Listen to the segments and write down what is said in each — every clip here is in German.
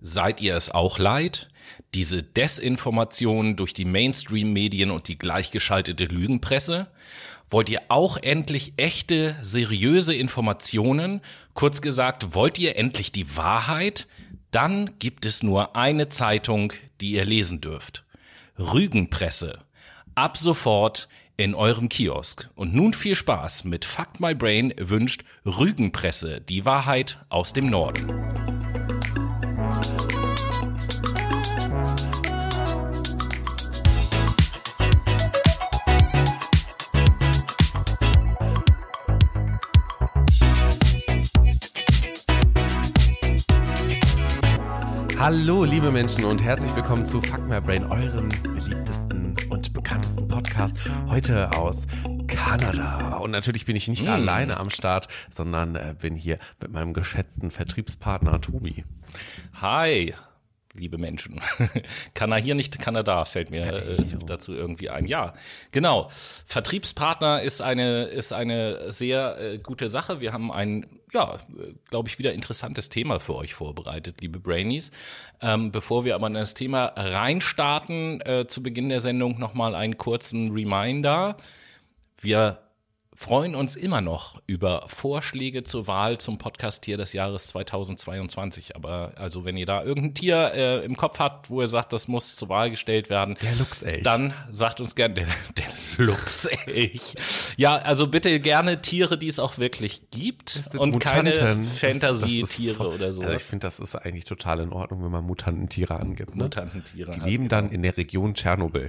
Seid ihr es auch leid? Diese Desinformation durch die Mainstream-Medien und die gleichgeschaltete Lügenpresse? Wollt ihr auch endlich echte, seriöse Informationen? Kurz gesagt, wollt ihr endlich die Wahrheit? Dann gibt es nur eine Zeitung, die ihr lesen dürft. Rügenpresse. Ab sofort in eurem Kiosk. Und nun viel Spaß mit Fuck My Brain wünscht Rügenpresse, die Wahrheit aus dem Norden. Hallo liebe Menschen und herzlich willkommen zu Fuck My Brain, eurem beliebtesten und bekanntesten Podcast, heute aus Kanada. Und natürlich bin ich nicht alleine am Start, sondern bin hier mit meinem geschätzten Vertriebspartner Tobi. Hi, liebe Menschen. Hier nicht Kanada, fällt mir dazu irgendwie ein. Ja, genau. Vertriebspartner ist eine sehr gute Sache. Wir haben ein, glaube ich, wieder interessantes Thema für euch vorbereitet, liebe Brainies. Bevor wir aber in das Thema reinstarten, zu Beginn der Sendung nochmal einen kurzen Reminder. Wir freuen uns immer noch über Vorschläge zur Wahl zum Podcast-Tier des Jahres 2022. Aber also wenn ihr da irgendein Tier im Kopf habt, wo ihr sagt, das muss zur Wahl gestellt werden, der Luchselch, dann sagt uns gerne, der Luchselch. Ja, also bitte gerne Tiere, die es auch wirklich gibt und Mutanten. Keine Fantasie-Tiere oder so. Also ich finde, das ist eigentlich total in Ordnung, wenn man Mutantentiere angibt. Ne? Mutantentiere. Die leben dann in der Region Tschernobyl.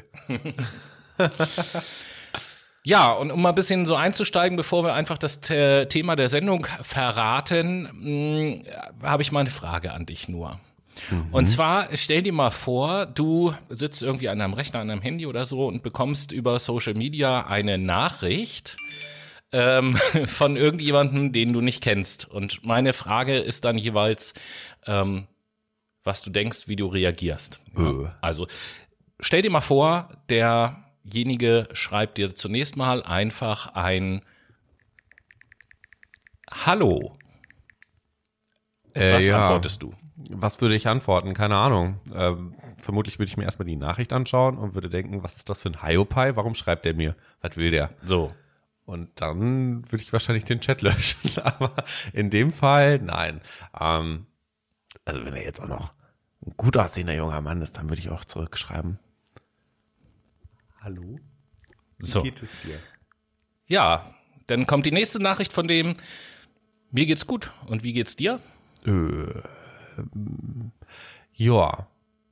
Ja, und um mal ein bisschen so einzusteigen, bevor wir einfach das Thema der Sendung verraten, habe ich mal eine Frage an dich nur. Und zwar, stell dir mal vor, du sitzt irgendwie an einem Rechner, an einem Handy oder so und bekommst über Social Media eine Nachricht von irgendjemandem, den du nicht kennst. Und meine Frage ist dann jeweils, was du denkst, wie du reagierst. Also, stell dir mal vor, derjenige schreibt dir zunächst mal einfach ein Hallo. Was antwortest du? Was würde ich antworten? Keine Ahnung. Vermutlich würde ich mir erstmal die Nachricht anschauen und würde denken, was ist das für ein Hiopai? Warum schreibt der mir? Was will der? So. Und dann würde ich wahrscheinlich den Chat löschen. Aber in dem Fall, nein. Also wenn er jetzt auch noch ein gut aussehender junger Mann ist, dann würde ich auch zurückschreiben. Hallo? So. Wie geht es dir? Ja, dann kommt die nächste Nachricht von dem, mir geht's gut. Und wie geht's dir? Ja.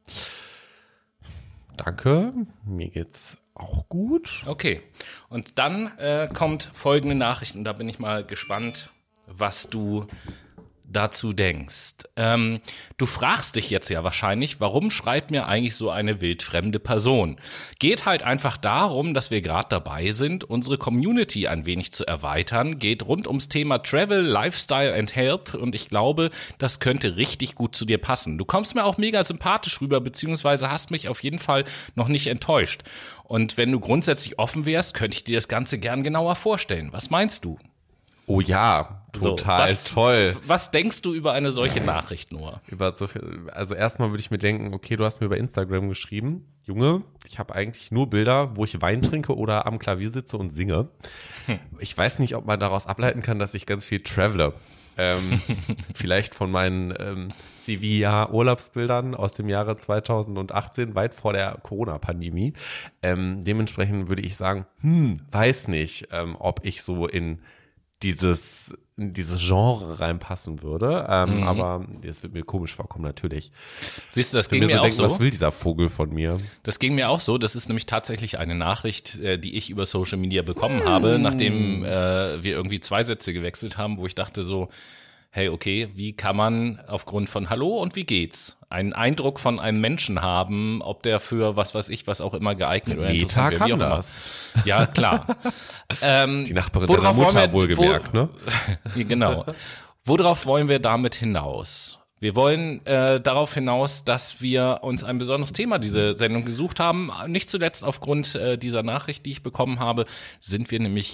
Danke, mir geht's auch gut. Okay, und dann kommt folgende Nachricht und da bin ich mal gespannt, was du dazu denkst. Du fragst dich jetzt ja wahrscheinlich, warum schreibt mir eigentlich so eine wildfremde Person? Geht halt einfach darum, dass wir gerade dabei sind, unsere Community ein wenig zu erweitern. Geht rund ums Thema Travel, Lifestyle and Health und ich glaube, das könnte richtig gut zu dir passen. Du kommst mir auch mega sympathisch rüber, beziehungsweise hast mich auf jeden Fall noch nicht enttäuscht. Und wenn du grundsätzlich offen wärst, könnte ich dir das Ganze gern genauer vorstellen. Was meinst du? Oh ja, total toll. Was denkst du über eine solche Nachricht nur? Über so viel, also erstmal würde ich mir denken, okay, du hast mir über Instagram geschrieben, Junge, ich habe eigentlich nur Bilder, wo ich Wein trinke oder am Klavier sitze und singe. Ich weiß nicht, ob man daraus ableiten kann, dass ich ganz viel travele. Vielleicht von meinen Sevilla-Urlaubsbildern aus dem Jahre 2018, weit vor der Corona-Pandemie. Dementsprechend würde ich sagen, weiß nicht, ob ich so in dieses Genre reinpassen würde, aber das wird mir komisch vorkommen, natürlich. Siehst du, das ging mir auch so. Was will dieser Vogel von mir? Das ging mir auch so, das ist nämlich tatsächlich eine Nachricht, die ich über Social Media bekommen habe, nachdem wir irgendwie 2 Sätze gewechselt haben, wo ich dachte so, hey, okay, wie kann man aufgrund von Hallo und wie geht's einen Eindruck von einem Menschen haben, ob der für was weiß ich, was auch immer geeignet oder interessant wäre. Meta kann das. Ja, klar. Die Nachbarin deiner Mutter wohlgemerkt, ne? Genau. Worauf wollen wir damit hinaus? Wir wollen darauf hinaus, dass wir uns ein besonderes Thema diese Sendung gesucht haben. Nicht zuletzt aufgrund dieser Nachricht, die ich bekommen habe, sind wir nämlich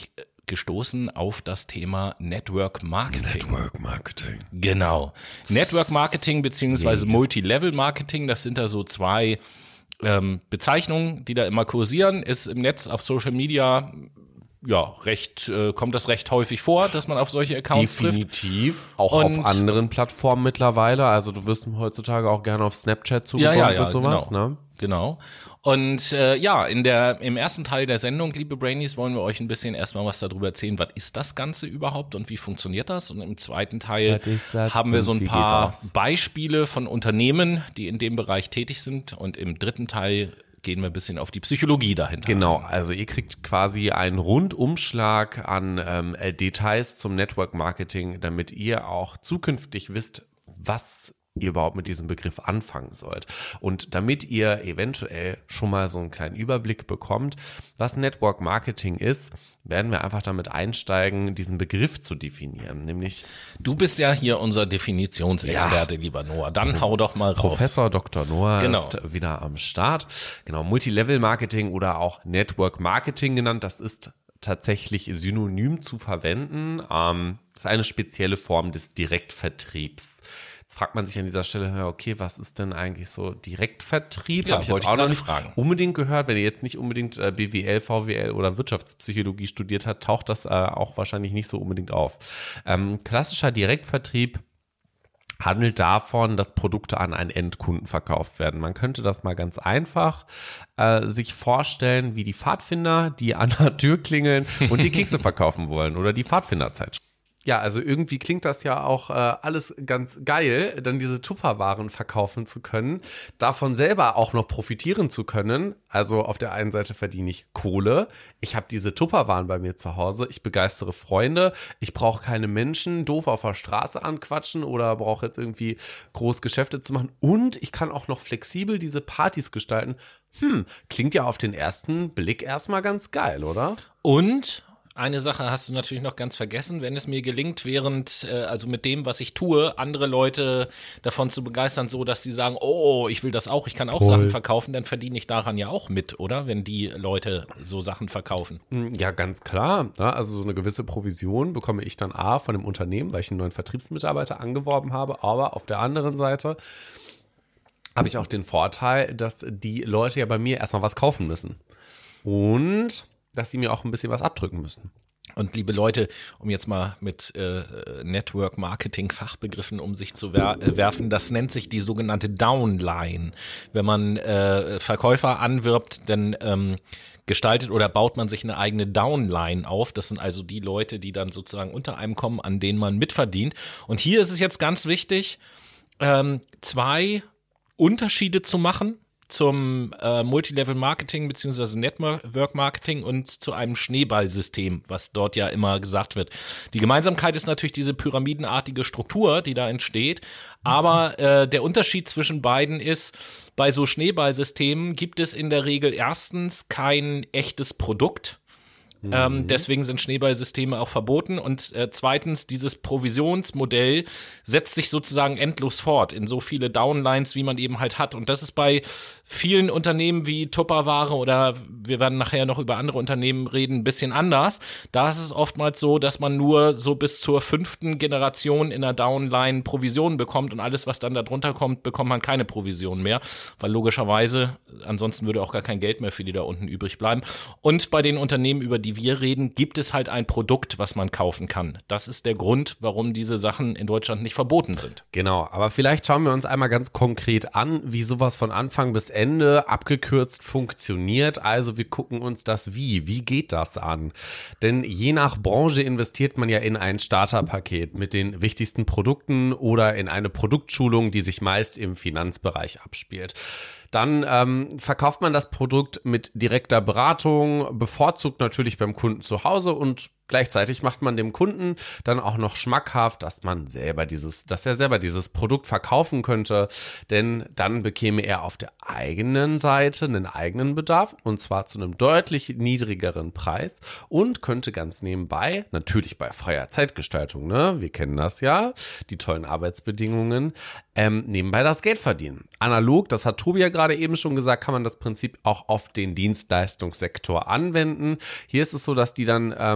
gestoßen auf das Thema Network Marketing. Network Marketing. Genau. Network Marketing beziehungsweise Multilevel Marketing, das sind da so zwei Bezeichnungen, die da immer kursieren, ist im Netz auf Social Media kommt das recht häufig vor, dass man auf solche Accounts Definitiv, trifft. auch auf anderen Plattformen mittlerweile. Also du wirst heutzutage auch gerne auf Snapchat zugekommen und sowas, genau. Ne? Genau. Und im ersten Teil der Sendung, liebe Brainies, wollen wir euch ein bisschen erstmal was darüber erzählen, was ist das Ganze überhaupt und wie funktioniert das? Und im zweiten Teil haben wir so ein paar Beispiele von Unternehmen, die in dem Bereich tätig sind. Und im dritten Teil gehen wir ein bisschen auf die Psychologie dahinter. Genau, also ihr kriegt quasi einen Rundumschlag an Details zum Network Marketing, damit ihr auch zukünftig wisst, was ihr überhaupt mit diesem Begriff anfangen sollt. Und damit ihr eventuell schon mal so einen kleinen Überblick bekommt, was Network Marketing ist, werden wir einfach damit einsteigen, diesen Begriff zu definieren. Nämlich, du bist ja hier unser Definitionsexperte, lieber Noah. Dann hau doch mal raus. Professor Dr. Noah ist wieder am Start. Genau, Multilevel Marketing oder auch Network Marketing genannt, das ist tatsächlich synonym zu verwenden. Das ist eine spezielle Form des Direktvertriebs. Jetzt fragt man sich an dieser Stelle, okay, was ist denn eigentlich so Direktvertrieb? Ja, wollte ich auch noch nicht fragen. Unbedingt gehört, wenn ihr jetzt nicht unbedingt BWL, VWL oder Wirtschaftspsychologie studiert habt, taucht das auch wahrscheinlich nicht so unbedingt auf. Klassischer Direktvertrieb handelt davon, dass Produkte an einen Endkunden verkauft werden. Man könnte das mal ganz einfach sich vorstellen, wie die Pfadfinder, die an der Tür klingeln und die Kekse verkaufen wollen oder die Pfadfinderzeitschrift. Ja, also irgendwie klingt das ja auch alles ganz geil, dann diese Tupperwaren verkaufen zu können, davon selber auch noch profitieren zu können. Also auf der einen Seite verdiene ich Kohle, ich habe diese Tupperwaren bei mir zu Hause, ich begeistere Freunde, ich brauche keine Menschen doof auf der Straße anquatschen oder brauche jetzt irgendwie groß Geschäfte zu machen und ich kann auch noch flexibel diese Partys gestalten. Klingt ja auf den ersten Blick erstmal ganz geil, oder? Und eine Sache hast du natürlich noch ganz vergessen, wenn es mir gelingt, also mit dem, was ich tue, andere Leute davon zu begeistern, so dass die sagen, oh, ich will das auch, ich kann auch Sachen verkaufen, dann verdiene ich daran ja auch mit, oder? Wenn die Leute so Sachen verkaufen. Ja, ganz klar. Ne? Also so eine gewisse Provision bekomme ich dann von dem Unternehmen, weil ich einen neuen Vertriebsmitarbeiter angeworben habe, aber auf der anderen Seite habe ich auch den Vorteil, dass die Leute ja bei mir erstmal was kaufen müssen. Und dass sie mir auch ein bisschen was abdrücken müssen. Und liebe Leute, um jetzt mal mit Network-Marketing-Fachbegriffen um sich zu werfen, das nennt sich die sogenannte Downline. Wenn man Verkäufer anwirbt, dann gestaltet oder baut man sich eine eigene Downline auf. Das sind also die Leute, die dann sozusagen unter einem kommen, an denen man mitverdient. Und hier ist es jetzt ganz wichtig, zwei Unterschiede zu machen zum Multilevel-Marketing beziehungsweise Network-Marketing und zu einem Schneeballsystem, was dort ja immer gesagt wird. Die Gemeinsamkeit ist natürlich diese pyramidenartige Struktur, die da entsteht, aber der Unterschied zwischen beiden ist, bei so Schneeballsystemen gibt es in der Regel erstens kein echtes Produkt. Deswegen sind Schneeballsysteme auch verboten und zweitens, dieses Provisionsmodell setzt sich sozusagen endlos fort in so viele Downlines, wie man eben halt hat und das ist bei vielen Unternehmen wie Tupperware oder wir werden nachher noch über andere Unternehmen reden, ein bisschen anders. Da ist es oftmals so, dass man nur so bis zur 5. Generation in der Downline Provision bekommt und alles, was dann da drunter kommt, bekommt man keine Provision mehr, weil logischerweise, ansonsten würde auch gar kein Geld mehr für die da unten übrig bleiben. Und bei den Unternehmen, über die wir reden, gibt es halt ein Produkt, was man kaufen kann. Das ist der Grund, warum diese Sachen in Deutschland nicht verboten sind. Genau, aber vielleicht schauen wir uns einmal ganz konkret an, wie sowas von Anfang bis Ende abgekürzt funktioniert. Also wir gucken uns das wie geht das an? Denn je nach Branche investiert man ja in ein Starterpaket mit den wichtigsten Produkten oder in eine Produktschulung, die sich meist im Finanzbereich abspielt. Dann verkauft man das Produkt mit direkter Beratung, bevorzugt natürlich beim Kunden zu Hause und gleichzeitig macht man dem Kunden dann auch noch schmackhaft, dass er selber dieses Produkt verkaufen könnte, denn dann bekäme er auf der eigenen Seite einen eigenen Bedarf und zwar zu einem deutlich niedrigeren Preis und könnte ganz nebenbei, natürlich bei freier Zeitgestaltung, ne, wir kennen das ja, die tollen Arbeitsbedingungen, nebenbei das Geld verdienen. Analog, das hat Tobi ja gerade eben schon gesagt, kann man das Prinzip auch auf den Dienstleistungssektor anwenden. Hier ist es so, dass die dann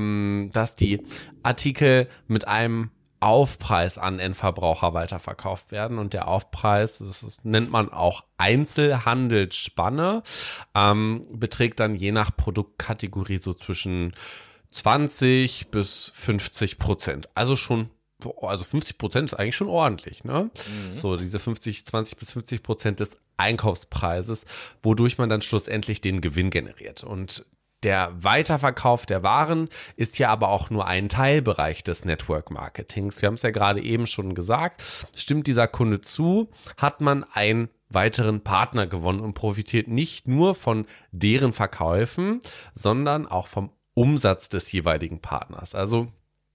dass die Artikel mit einem Aufpreis an Endverbraucher weiterverkauft werden. Und der Aufpreis, nennt man auch Einzelhandelsspanne, beträgt dann je nach Produktkategorie so zwischen 20 bis 50%. Also 50% ist eigentlich schon ordentlich, ne? So diese 20 bis 50% des Einkaufspreises, wodurch man dann schlussendlich den Gewinn generiert. Und der Weiterverkauf der Waren ist ja aber auch nur ein Teilbereich des Network Marketings. Wir haben es ja gerade eben schon gesagt. Stimmt dieser Kunde zu, hat man einen weiteren Partner gewonnen und profitiert nicht nur von deren Verkäufen, sondern auch vom Umsatz des jeweiligen Partners. Also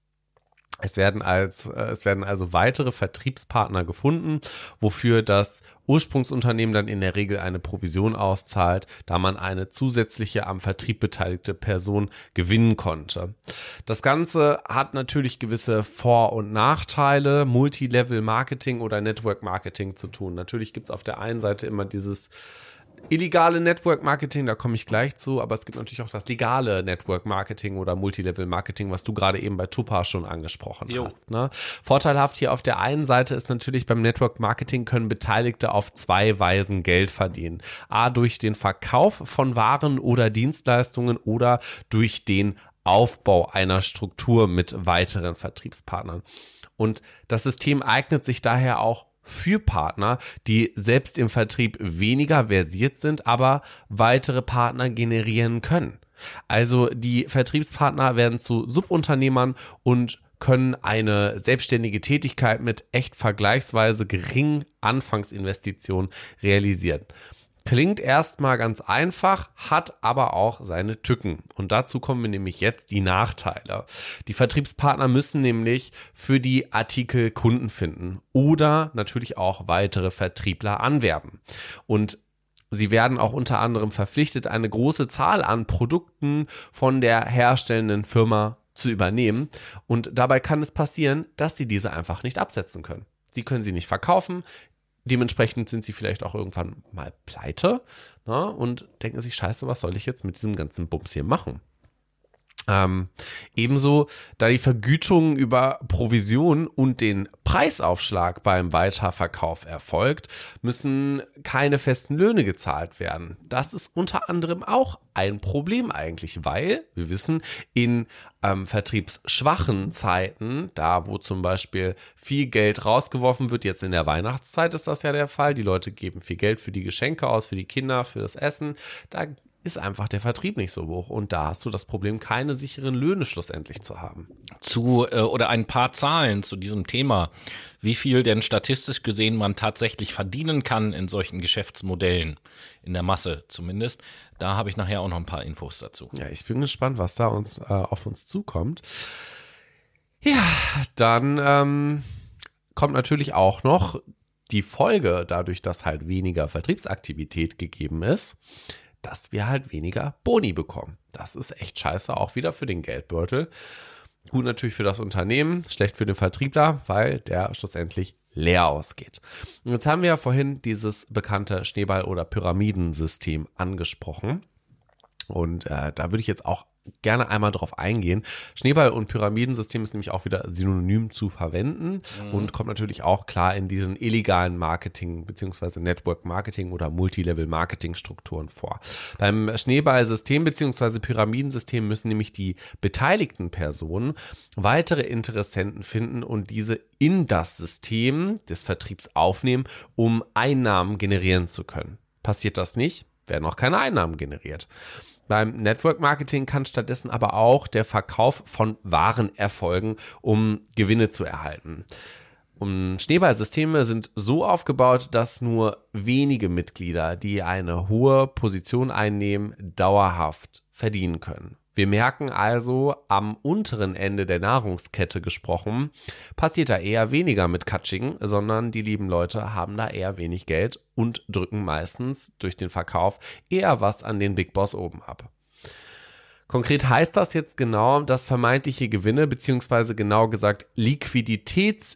es werden also weitere Vertriebspartner gefunden, wofür das Ursprungsunternehmen dann in der Regel eine Provision auszahlt, da man eine zusätzliche am Vertrieb beteiligte Person gewinnen konnte. Das Ganze hat natürlich gewisse Vor- und Nachteile, Multilevel-Marketing oder Network-Marketing zu tun. Natürlich gibt es auf der einen Seite immer dieses illegale Network-Marketing, da komme ich gleich zu, aber es gibt natürlich auch das legale Network-Marketing oder Multilevel-Marketing, was du gerade eben bei Tupa schon angesprochen hast. Ne? Vorteilhaft hier auf der einen Seite ist natürlich, beim Network-Marketing können Beteiligte auf zwei Weisen Geld verdienen. A, durch den Verkauf von Waren oder Dienstleistungen oder durch den Aufbau einer Struktur mit weiteren Vertriebspartnern. Und das System eignet sich daher auch für Partner, die selbst im Vertrieb weniger versiert sind, aber weitere Partner generieren können. Also die Vertriebspartner werden zu Subunternehmern und können eine selbstständige Tätigkeit mit echt vergleichsweise geringen Anfangsinvestitionen realisieren. Klingt erstmal ganz einfach, hat aber auch seine Tücken. Und dazu kommen wir nämlich jetzt die Nachteile. Die Vertriebspartner müssen nämlich für die Artikel Kunden finden oder natürlich auch weitere Vertriebler anwerben. Und sie werden auch unter anderem verpflichtet, eine große Zahl an Produkten von der herstellenden Firma zu übernehmen. Und dabei kann es passieren, dass sie diese einfach nicht absetzen können. Sie können sie nicht verkaufen. Dementsprechend sind sie vielleicht auch irgendwann mal pleite, ne, und denken sich, scheiße, was soll ich jetzt mit diesem ganzen Bums hier machen? Ebenso, da die Vergütung über Provision und den Preisaufschlag beim Weiterverkauf erfolgt, müssen keine festen Löhne gezahlt werden. Das ist unter anderem auch ein Problem eigentlich, weil wir wissen, in vertriebsschwachen Zeiten, da wo zum Beispiel viel Geld rausgeworfen wird, jetzt in der Weihnachtszeit ist das ja der Fall, die Leute geben viel Geld für die Geschenke aus, für die Kinder, für das Essen, da ist einfach der Vertrieb nicht so hoch und da hast du das Problem, keine sicheren Löhne schlussendlich zu haben. Oder ein paar Zahlen zu diesem Thema, wie viel denn statistisch gesehen man tatsächlich verdienen kann in solchen Geschäftsmodellen, in der Masse zumindest. Da habe ich nachher auch noch ein paar Infos dazu. Ja, ich bin gespannt, was da auf uns zukommt. Ja, dann kommt natürlich auch noch die Folge, dadurch, dass halt weniger Vertriebsaktivität gegeben ist, dass wir halt weniger Boni bekommen. Das ist echt scheiße, auch wieder für den Geldbeutel. Gut natürlich für das Unternehmen, schlecht für den Vertriebler, weil der schlussendlich leer ausgeht. Und jetzt haben wir ja vorhin dieses bekannte Schneeball- oder Pyramidensystem angesprochen. Und da würde ich jetzt auch gerne einmal drauf eingehen. Schneeball- und Pyramidensystem ist nämlich auch wieder synonym zu verwenden und kommt natürlich auch klar in diesen illegalen Marketing- bzw. Network-Marketing- oder Multilevel-Marketing-Strukturen vor. Beim Schneeball-System bzw. Pyramidensystem müssen nämlich die beteiligten Personen weitere Interessenten finden und diese in das System des Vertriebs aufnehmen, um Einnahmen generieren zu können. Passiert das nicht, werden auch keine Einnahmen generiert. Beim Network Marketing kann stattdessen aber auch der Verkauf von Waren erfolgen, um Gewinne zu erhalten. Schneeballsysteme sind so aufgebaut, dass nur wenige Mitglieder, die eine hohe Position einnehmen, dauerhaft verdienen können. Wir merken also, am unteren Ende der Nahrungskette gesprochen, passiert da eher weniger mit Katsching, sondern die lieben Leute haben da eher wenig Geld und drücken meistens durch den Verkauf eher was an den Big Boss oben ab. Konkret heißt das jetzt genau, dass vermeintliche Gewinne beziehungsweise genau gesagt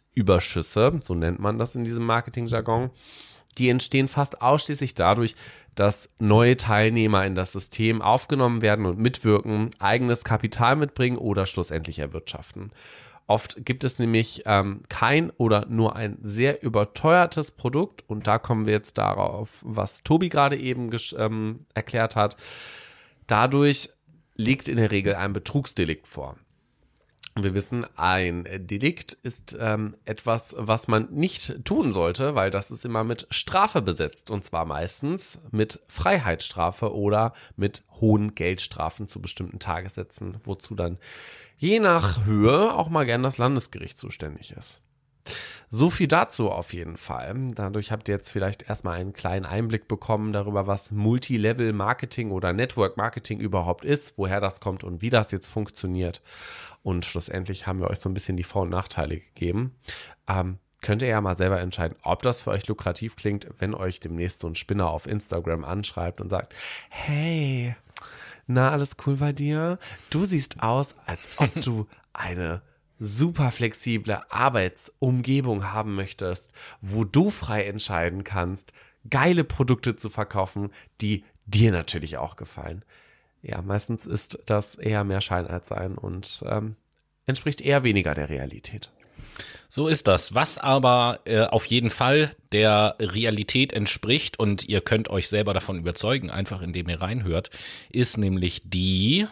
Liquiditätsüberschüsse, so nennt man das in diesem Marketingjargon, die entstehen fast ausschließlich dadurch, dass neue Teilnehmer in das System aufgenommen werden und mitwirken, eigenes Kapital mitbringen oder schlussendlich erwirtschaften. Oft gibt es nämlich kein oder nur ein sehr überteuertes Produkt und da kommen wir jetzt darauf, was Tobi gerade eben erklärt hat. Dadurch liegt in der Regel ein Betrugsdelikt vor. Wir wissen, ein Delikt ist etwas, was man nicht tun sollte, weil das ist immer mit Strafe besetzt und zwar meistens mit Freiheitsstrafe oder mit hohen Geldstrafen zu bestimmten Tagessätzen, wozu dann je nach Höhe auch mal gern das Landesgericht zuständig ist. So viel dazu auf jeden Fall. Dadurch habt ihr jetzt vielleicht erstmal einen kleinen Einblick bekommen darüber, was Multilevel-Marketing oder Network-Marketing überhaupt ist, woher das kommt und wie das jetzt funktioniert. Und schlussendlich haben wir euch so ein bisschen die Vor- und Nachteile gegeben. Könnt ihr ja mal selber entscheiden, ob das für euch lukrativ klingt, wenn euch demnächst so ein Spinner auf Instagram anschreibt und sagt, hey, na, alles cool bei dir? Du siehst aus, als ob du eine super flexible Arbeitsumgebung haben möchtest, wo du frei entscheiden kannst, geile Produkte zu verkaufen, die dir natürlich auch gefallen. Ja, meistens ist das eher mehr Schein als Sein und entspricht eher weniger der Realität. So ist das. Was aber auf jeden Fall der Realität entspricht und ihr könnt euch selber davon überzeugen, einfach indem ihr reinhört, ist nämlich die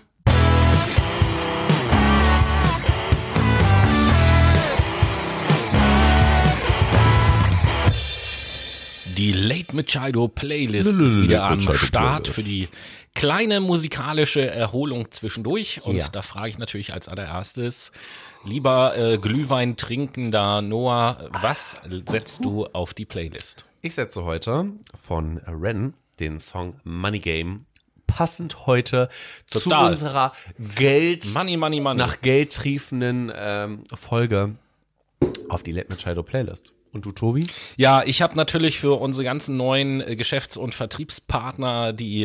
Late Machado Playlist ist wieder am Start für die kleine musikalische Erholung zwischendurch. Und da frage ich natürlich als allererstes, lieber Glühwein trinkender Noah, was setzt du auf die Playlist? Ich setze heute von Ren den Song Money Game, passend heute zu unserer Money. nach Geld triefenden Folge auf die Late Machado Playlist. Und du, Tobi? Ja, ich habe natürlich für unsere ganzen neuen Geschäfts- und Vertriebspartner, die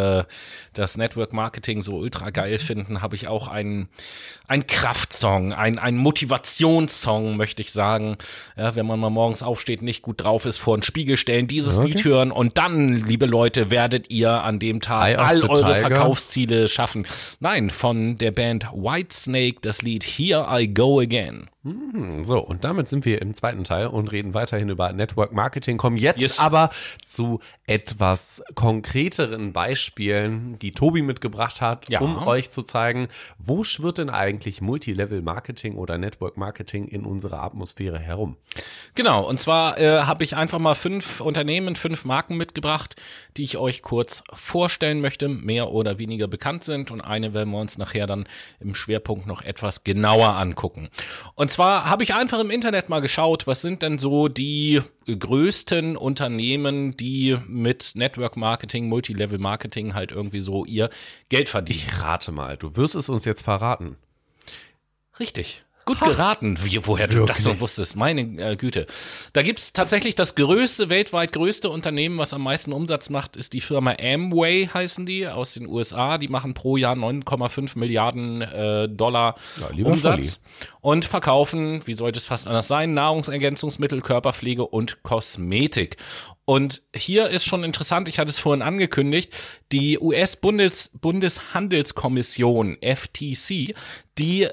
das Network Marketing so ultra geil finden, habe ich auch einen Kraftsong, einen Motivationssong, möchte ich sagen. Ja, wenn man mal morgens aufsteht, nicht gut drauf ist, vor den Spiegel stellen, dieses Lied hören und dann, liebe Leute, werdet ihr an dem Tag all eure Verkaufsziele schaffen. Nein, von der Band Whitesnake das Lied Here I Go Again. So, und damit sind wir im zweiten Teil und reden weiterhin über Network Marketing, kommen jetzt aber zu etwas konkreteren Beispielen, die Tobi mitgebracht hat, um euch zu zeigen, wo schwirrt denn eigentlich Multilevel Marketing oder Network Marketing in unserer Atmosphäre herum. Genau, und zwar habe ich einfach mal 5 Unternehmen, 5 Marken mitgebracht, die ich euch kurz vorstellen möchte, mehr oder weniger bekannt sind und eine werden wir uns nachher dann im Schwerpunkt noch etwas genauer angucken. Und zwar habe ich einfach im Internet mal geschaut, was sind denn so die größten Unternehmen, die mit Network Marketing, Multilevel Marketing halt irgendwie so ihr Geld verdienen. Ich rate mal, du wirst es uns jetzt verraten. Richtig. Gut geraten, woher du das so wusstest, meine Güte. Da gibt's tatsächlich das weltweit größte Unternehmen, was am meisten Umsatz macht, ist die Firma Amway, heißen die, aus den USA. Die machen pro Jahr 9,5 Milliarden Dollar Umsatz und verkaufen, wie sollte es fast anders sein, Nahrungsergänzungsmittel, Körperpflege und Kosmetik. Und hier ist schon interessant, ich hatte es vorhin angekündigt, die US-Bundeshandelskommission, FTC, die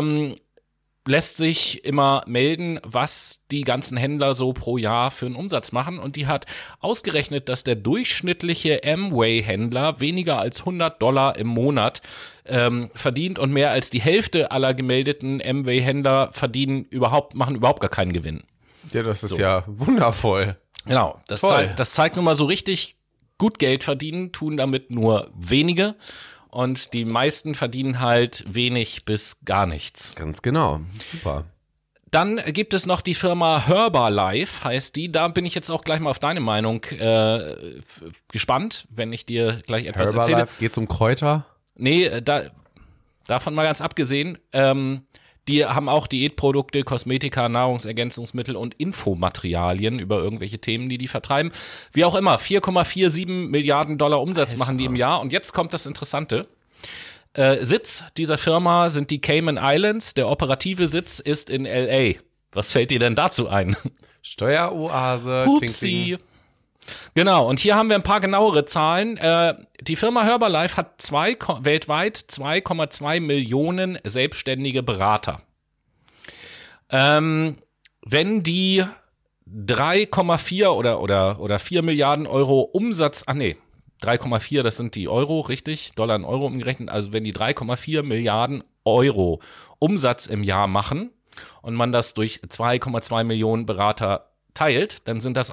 lässt sich immer melden, was die ganzen Händler so pro Jahr für einen Umsatz machen. Und die hat ausgerechnet, dass der durchschnittliche Amway-Händler weniger als $100 im Monat verdient und mehr als die Hälfte aller gemeldeten Amway-Händler machen überhaupt gar keinen Gewinn. Ja, das ist ja wundervoll. Genau, das zeigt nun mal so richtig, gut Geld verdienen tun damit nur wenige. Und die meisten verdienen halt wenig bis gar nichts. Ganz genau. Super. Dann gibt es noch die Firma Herbalife, heißt die. Da bin ich jetzt auch gleich mal auf deine Meinung gespannt, wenn ich dir gleich etwas erzähle. Herbalife, geht's um Kräuter? Nee, davon mal ganz abgesehen. Die haben auch Diätprodukte, Kosmetika, Nahrungsergänzungsmittel und Infomaterialien über irgendwelche Themen, die vertreiben. Wie auch immer, 4,47 Milliarden Dollar Umsatz machen die im Jahr. Und jetzt kommt das Interessante. Sitz dieser Firma sind die Cayman Islands. Der operative Sitz ist in L.A. Was fällt dir denn dazu ein? Steueroase. Hupsi. Genau, und hier haben wir ein paar genauere Zahlen. Die Firma Herbalife hat weltweit 2,2 Millionen selbstständige Berater. Wenn die 3,4 oder 4 Milliarden Euro Umsatz, 3,4, das sind die Euro, richtig, Dollar in Euro umgerechnet, also wenn die 3,4 Milliarden Euro Umsatz im Jahr machen und man das durch 2,2 Millionen Berater teilt, dann sind das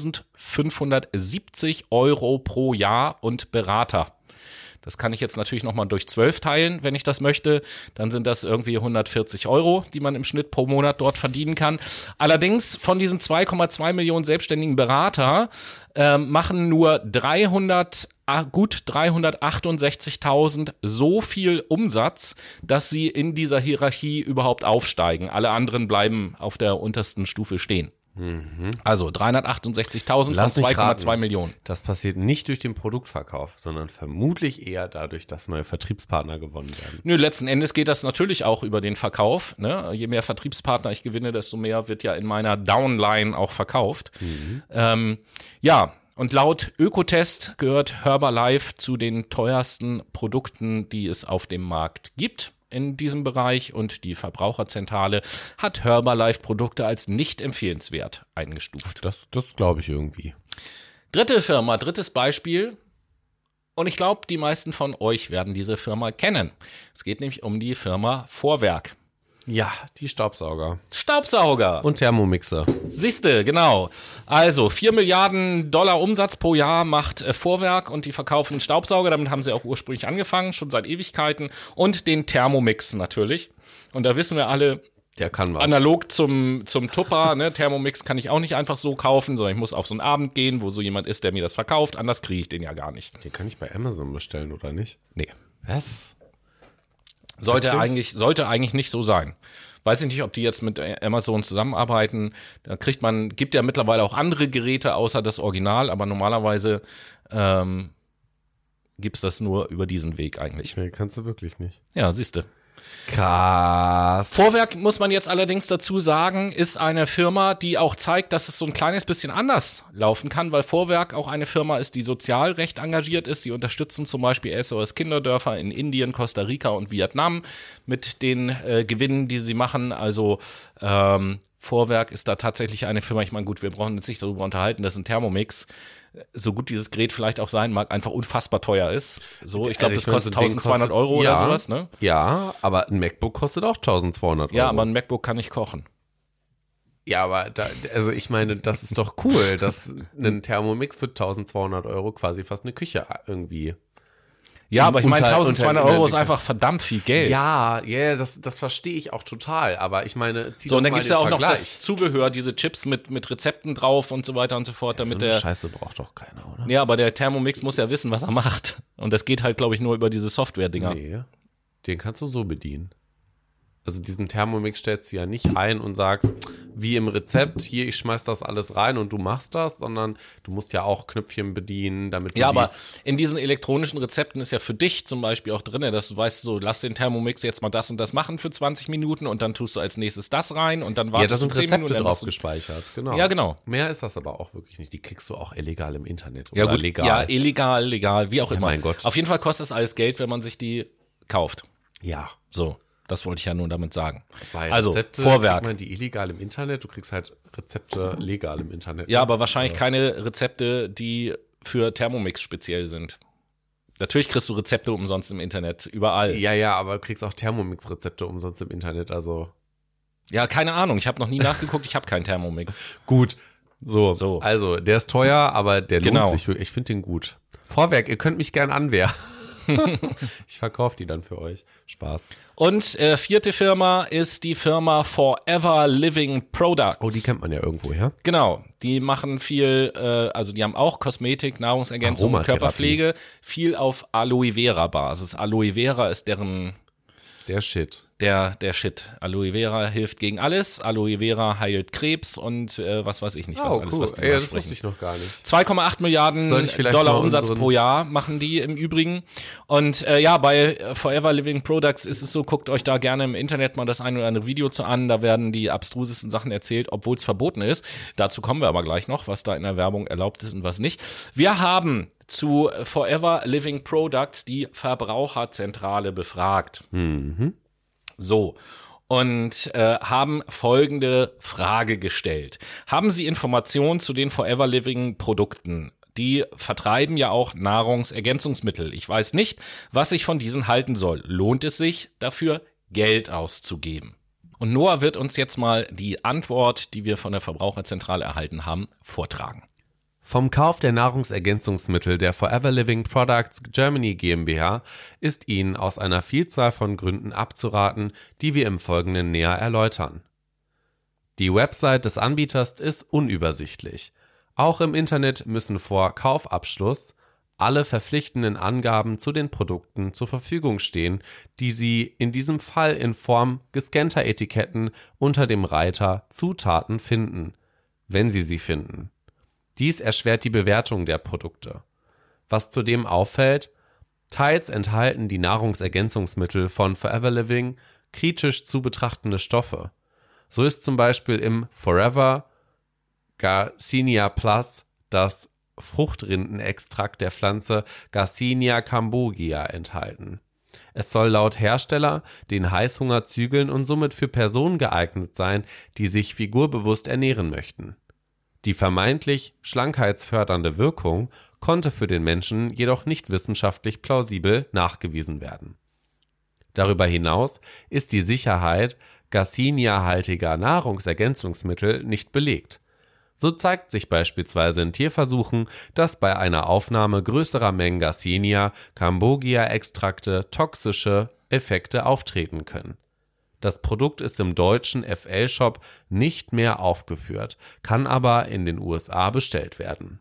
1.570 Euro pro Jahr und Berater. Das kann ich jetzt natürlich nochmal durch 12 teilen, wenn ich das möchte. Dann sind das irgendwie 140 Euro, die man im Schnitt pro Monat dort verdienen kann. Allerdings von diesen 2,2 Millionen selbstständigen Berater machen nur gut 368.000 so viel Umsatz, dass sie in dieser Hierarchie überhaupt aufsteigen. Alle anderen bleiben auf der untersten Stufe stehen. Also 368.000 von 2,2 Millionen. Das passiert nicht durch den Produktverkauf, sondern vermutlich eher dadurch, dass neue Vertriebspartner gewonnen werden. Nö, letzten Endes geht das natürlich auch über den Verkauf. Ne? Je mehr Vertriebspartner ich gewinne, desto mehr wird ja in meiner Downline auch verkauft. Ja, und laut Ökotest gehört Herbalife zu den teuersten Produkten, die es auf dem Markt gibt in diesem Bereich, und die Verbraucherzentrale hat Herbalife-Produkte als nicht empfehlenswert eingestuft. Das glaube ich irgendwie. Drittes Beispiel, und ich glaube, die meisten von euch werden diese Firma kennen. Es geht nämlich um die Firma Vorwerk. Ja, die Staubsauger. Und Thermomixer. Siehste, genau. Also 4 Milliarden Dollar Umsatz pro Jahr macht Vorwerk, und die verkaufen Staubsauger. Damit haben sie auch ursprünglich angefangen, schon seit Ewigkeiten. Und den Thermomix natürlich. Und da wissen wir alle, der kann was. Analog zum Tupper, ne? Thermomix kann ich auch nicht einfach so kaufen, sondern ich muss auf so einen Abend gehen, wo so jemand ist, der mir das verkauft. Anders kriege ich den ja gar nicht. Den kann ich bei Amazon bestellen, oder nicht? Nee. Was? Sollte eigentlich nicht so sein. Weiß ich nicht, ob die jetzt mit Amazon zusammenarbeiten. Da gibt ja mittlerweile auch andere Geräte außer das Original, aber normalerweise gibt's das nur über diesen Weg eigentlich. Nee, kannst du wirklich nicht. Ja, siehste. Krass. Vorwerk, muss man jetzt allerdings dazu sagen, ist eine Firma, die auch zeigt, dass es so ein kleines bisschen anders laufen kann, weil Vorwerk auch eine Firma ist, die sozial recht engagiert ist. Die unterstützen zum Beispiel SOS Kinderdörfer in Indien, Costa Rica und Vietnam mit den Gewinnen, die sie machen. Also Vorwerk ist da tatsächlich eine Firma. Ich meine, gut, wir brauchen jetzt nicht darüber unterhalten, dass ein Thermomix, so gut dieses Gerät vielleicht auch sein mag, einfach unfassbar teuer ist. So, ich glaube, das kostet 1.200 Euro oder sowas, ne? Ja, aber ein MacBook kostet auch 1.200 Euro. Ja, aber ein MacBook kann nicht kochen. Ja, aber also ich meine, das ist doch cool, dass ein Thermomix für 1.200 Euro quasi fast eine Küche irgendwie. Ja, aber ich meine, 1.200 Euro ist einfach verdammt viel Geld. Ja, das verstehe ich auch total. Aber ich meine, so, und dann gibt's ja auch noch das Zubehör, diese Chips mit Rezepten drauf und so weiter und so fort. Damit so eine Scheiße braucht doch keiner, oder? Ja, aber der Thermomix muss ja wissen, was er macht. Und das geht halt, glaube ich, nur über diese Software-Dinger. Nee, den kannst du so bedienen. Also diesen Thermomix stellst du ja nicht ein und sagst, wie im Rezept, hier, ich schmeiß das alles rein und du machst das, sondern du musst ja auch Knöpfchen bedienen, damit du Ja, aber in diesen elektronischen Rezepten ist ja für dich zum Beispiel auch drin, dass du weißt, so, lass den Thermomix jetzt mal das und das machen für 20 Minuten und dann tust du als nächstes das rein und dann wartest du 10 Minuten. Ja, da sind Rezepte drauf gespeichert, genau. Ja, genau. Mehr ist das aber auch wirklich nicht. Die kriegst du auch illegal im Internet. Ja, gut, legal. Ja, illegal, legal, wie auch immer. Mein Gott. Auf jeden Fall kostet das alles Geld, wenn man sich die kauft. Ja. So. Das wollte ich ja nur damit sagen. Weil also, Rezepte, Vorwerk. Man die illegal im Internet, du kriegst halt Rezepte legal im Internet. Ja, aber wahrscheinlich keine Rezepte, die für Thermomix speziell sind. Natürlich kriegst du Rezepte umsonst im Internet, überall. Ja, aber du kriegst auch Thermomix-Rezepte umsonst im Internet, also. Ja, keine Ahnung, ich habe noch nie nachgeguckt, ich habe keinen Thermomix. Gut, so. Also, der ist teuer, aber der lohnt sich wirklich. Ich finde den gut. Vorwerk, ihr könnt mich gern anwehren. Ich verkaufe die dann für euch. Spaß. Und vierte Firma ist die Firma Forever Living Products. Oh, die kennt man ja irgendwo, ja? Genau. Die machen viel, also die haben auch Kosmetik, Nahrungsergänzung, Körperpflege, viel auf Aloe Vera Basis. Aloe Vera ist deren der Shit. der Shit. Aloe Vera hilft gegen alles, Aloe Vera heilt Krebs und was weiß ich nicht, was alles, cool. was die das sprechen. wusste ich noch gar nicht. 2,8 Milliarden Dollar Umsatz pro Jahr machen die im Übrigen. Und bei Forever Living Products ist es so, guckt euch da gerne im Internet mal das ein oder andere Video zu an. Da werden die abstrusesten Sachen erzählt, obwohl es verboten ist. Dazu kommen wir aber gleich noch, was da in der Werbung erlaubt ist und was nicht. Wir haben zu Forever Living Products die Verbraucherzentrale befragt. So, und haben folgende Frage gestellt. Haben Sie Informationen zu den Forever Living Produkten? Die vertreiben ja auch Nahrungsergänzungsmittel. Ich weiß nicht, was ich von diesen halten soll. Lohnt es sich, dafür Geld auszugeben? Und Noah wird uns jetzt mal die Antwort, die wir von der Verbraucherzentrale erhalten haben, vortragen. Vom Kauf der Nahrungsergänzungsmittel der Forever Living Products Germany GmbH ist Ihnen aus einer Vielzahl von Gründen abzuraten, die wir im Folgenden näher erläutern. Die Website des Anbieters ist unübersichtlich. Auch im Internet müssen vor Kaufabschluss alle verpflichtenden Angaben zu den Produkten zur Verfügung stehen, die Sie in diesem Fall in Form gescannter Etiketten unter dem Reiter Zutaten finden, wenn Sie sie finden. Dies erschwert die Bewertung der Produkte. Was zudem auffällt, teils enthalten die Nahrungsergänzungsmittel von Forever Living kritisch zu betrachtende Stoffe. So ist zum Beispiel im Forever Garcinia Plus das Fruchtrindenextrakt der Pflanze Garcinia cambogia enthalten. Es soll laut Hersteller den Heißhunger zügeln und somit für Personen geeignet sein, die sich figurbewusst ernähren möchten. Die vermeintlich schlankheitsfördernde Wirkung konnte für den Menschen jedoch nicht wissenschaftlich plausibel nachgewiesen werden. Darüber hinaus ist die Sicherheit Garcinia-haltiger Nahrungsergänzungsmittel nicht belegt. So zeigt sich beispielsweise in Tierversuchen, dass bei einer Aufnahme größerer Mengen Garcinia cambogia-Extrakte toxische Effekte auftreten können. Das Produkt ist im deutschen FL-Shop nicht mehr aufgeführt, kann aber in den USA bestellt werden.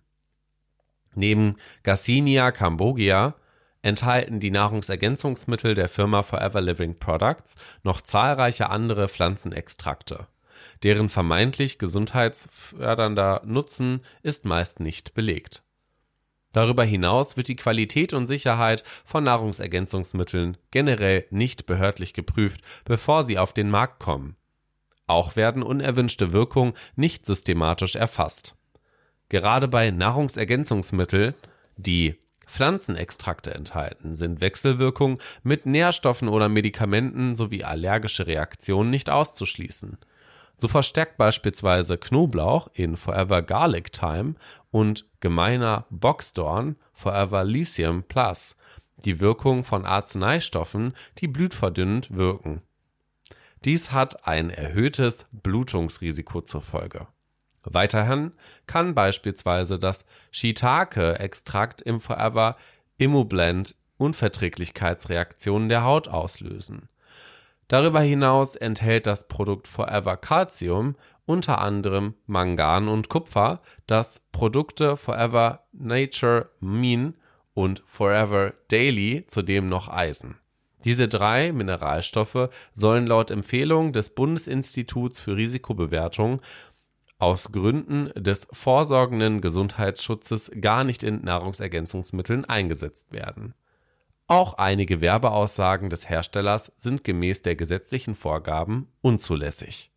Neben Garcinia cambogia enthalten die Nahrungsergänzungsmittel der Firma Forever Living Products noch zahlreiche andere Pflanzenextrakte. Deren vermeintlich gesundheitsfördernder Nutzen ist meist nicht belegt. Darüber hinaus wird die Qualität und Sicherheit von Nahrungsergänzungsmitteln generell nicht behördlich geprüft, bevor sie auf den Markt kommen. Auch werden unerwünschte Wirkungen nicht systematisch erfasst. Gerade bei Nahrungsergänzungsmitteln, die Pflanzenextrakte enthalten, sind Wechselwirkungen mit Nährstoffen oder Medikamenten sowie allergische Reaktionen nicht auszuschließen. So verstärkt beispielsweise Knoblauch in Forever Garlic Thyme und gemeiner Boxdorn Forever Lithium Plus die Wirkung von Arzneistoffen, die blutverdünnend wirken. Dies hat ein erhöhtes Blutungsrisiko zur Folge. Weiterhin kann beispielsweise das Shiitake-Extrakt im Forever Immublend Unverträglichkeitsreaktionen der Haut auslösen. Darüber hinaus enthält das Produkt Forever Calcium unter anderem Mangan und Kupfer, das Produkte Forever Nature Min und Forever Daily zudem noch Eisen. Diese 3 Mineralstoffe sollen laut Empfehlung des Bundesinstituts für Risikobewertung aus Gründen des vorsorgenden Gesundheitsschutzes gar nicht in Nahrungsergänzungsmitteln eingesetzt werden. Auch einige Werbeaussagen des Herstellers sind gemäß der gesetzlichen Vorgaben unzulässig.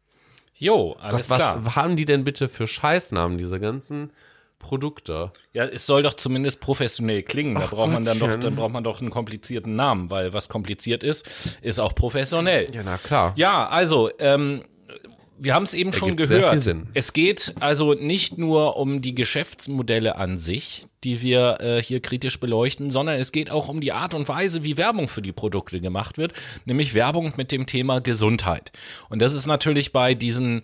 Jo, alles klar. Was haben die denn bitte für Scheißnamen, diese ganzen Produkte? Ja, es soll doch zumindest professionell klingen. Da braucht man dann braucht man doch einen komplizierten Namen, weil was kompliziert ist auch professionell. Ja, na klar. Ja, also, wir haben es eben schon gehört. Sehr viel Sinn. Es geht also nicht nur um die Geschäftsmodelle an sich, die wir hier kritisch beleuchten, sondern es geht auch um die Art und Weise, wie Werbung für die Produkte gemacht wird, nämlich Werbung mit dem Thema Gesundheit. Und das ist natürlich bei diesen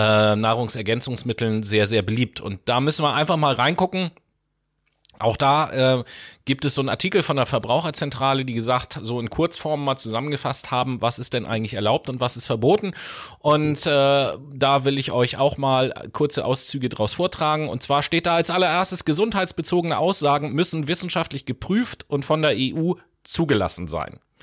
Nahrungsergänzungsmitteln sehr, sehr beliebt. Und da müssen wir einfach mal reingucken. Auch da gibt es so einen Artikel von der Verbraucherzentrale, die gesagt, so in Kurzform mal zusammengefasst haben, was ist denn eigentlich erlaubt und was ist verboten. Und da will ich euch auch mal kurze Auszüge draus vortragen. Und zwar steht da als allererstes, gesundheitsbezogene Aussagen müssen wissenschaftlich geprüft und von der EU zugelassen sein.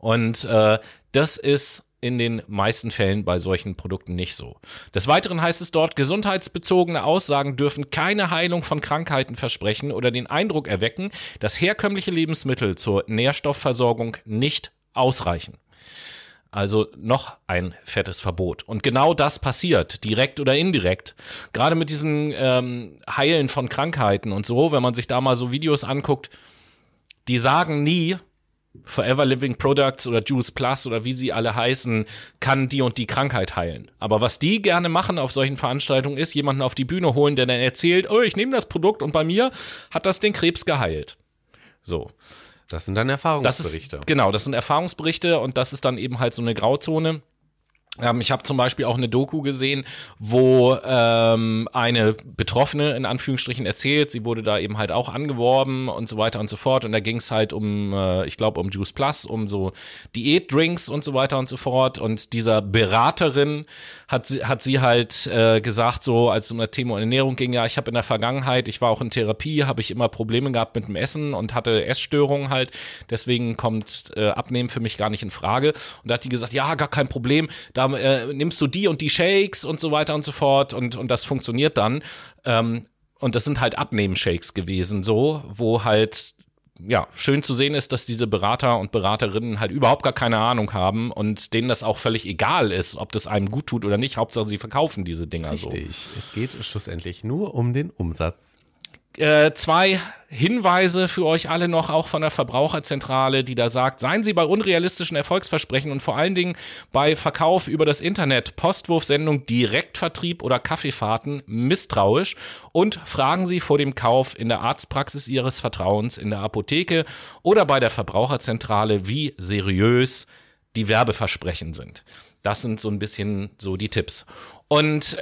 Und das ist in den meisten Fällen bei solchen Produkten nicht so. Des Weiteren heißt es dort, gesundheitsbezogene Aussagen dürfen keine Heilung von Krankheiten versprechen oder den Eindruck erwecken, dass herkömmliche Lebensmittel zur Nährstoffversorgung nicht ausreichen. Also noch ein fettes Verbot. Und genau das passiert, direkt oder indirekt. Gerade mit diesen Heilen von Krankheiten und so, wenn man sich da mal so Videos anguckt, die sagen nie, Forever Living Products oder Juice Plus oder wie sie alle heißen, kann die und die Krankheit heilen. Aber was die gerne machen auf solchen Veranstaltungen ist, jemanden auf die Bühne holen, der dann erzählt, oh, ich nehme das Produkt und bei mir hat das den Krebs geheilt. So. Das sind dann Erfahrungsberichte. Das sind Erfahrungsberichte und das ist dann eben halt so eine Grauzone. Ich habe zum Beispiel auch eine Doku gesehen, wo eine Betroffene in Anführungsstrichen erzählt, sie wurde da eben halt auch angeworben und so weiter und so fort. Und da ging es halt um, ich glaube, um Juice Plus, um so Diätdrinks und so weiter und so fort. Und dieser Beraterin hat sie halt gesagt, so als es um das Thema Ernährung ging, ja, ich habe in der Vergangenheit, ich war auch in Therapie, habe ich immer Probleme gehabt mit dem Essen und hatte Essstörungen halt. Deswegen kommt Abnehmen für mich gar nicht in Frage. Und da hat die gesagt, ja, gar kein Problem, da nimmst du die und die Shakes und so weiter und so fort und das funktioniert dann. Und das sind halt Abnehmen-Shakes gewesen, so, wo halt, ja, schön zu sehen ist, dass diese Berater und Beraterinnen halt überhaupt gar keine Ahnung haben und denen das auch völlig egal ist, ob das einem gut tut oder nicht. Hauptsache, sie verkaufen diese Dinger so. Richtig, es geht schlussendlich nur um den Umsatz. 2 Hinweise für euch alle noch, auch von der Verbraucherzentrale, die da sagt, seien Sie bei unrealistischen Erfolgsversprechen und vor allen Dingen bei Verkauf über das Internet, Postwurfsendung, Direktvertrieb oder Kaffeefahrten misstrauisch und fragen Sie vor dem Kauf in der Arztpraxis Ihres Vertrauens, in der Apotheke oder bei der Verbraucherzentrale, wie seriös die Werbeversprechen sind. Das sind so ein bisschen so die Tipps. Und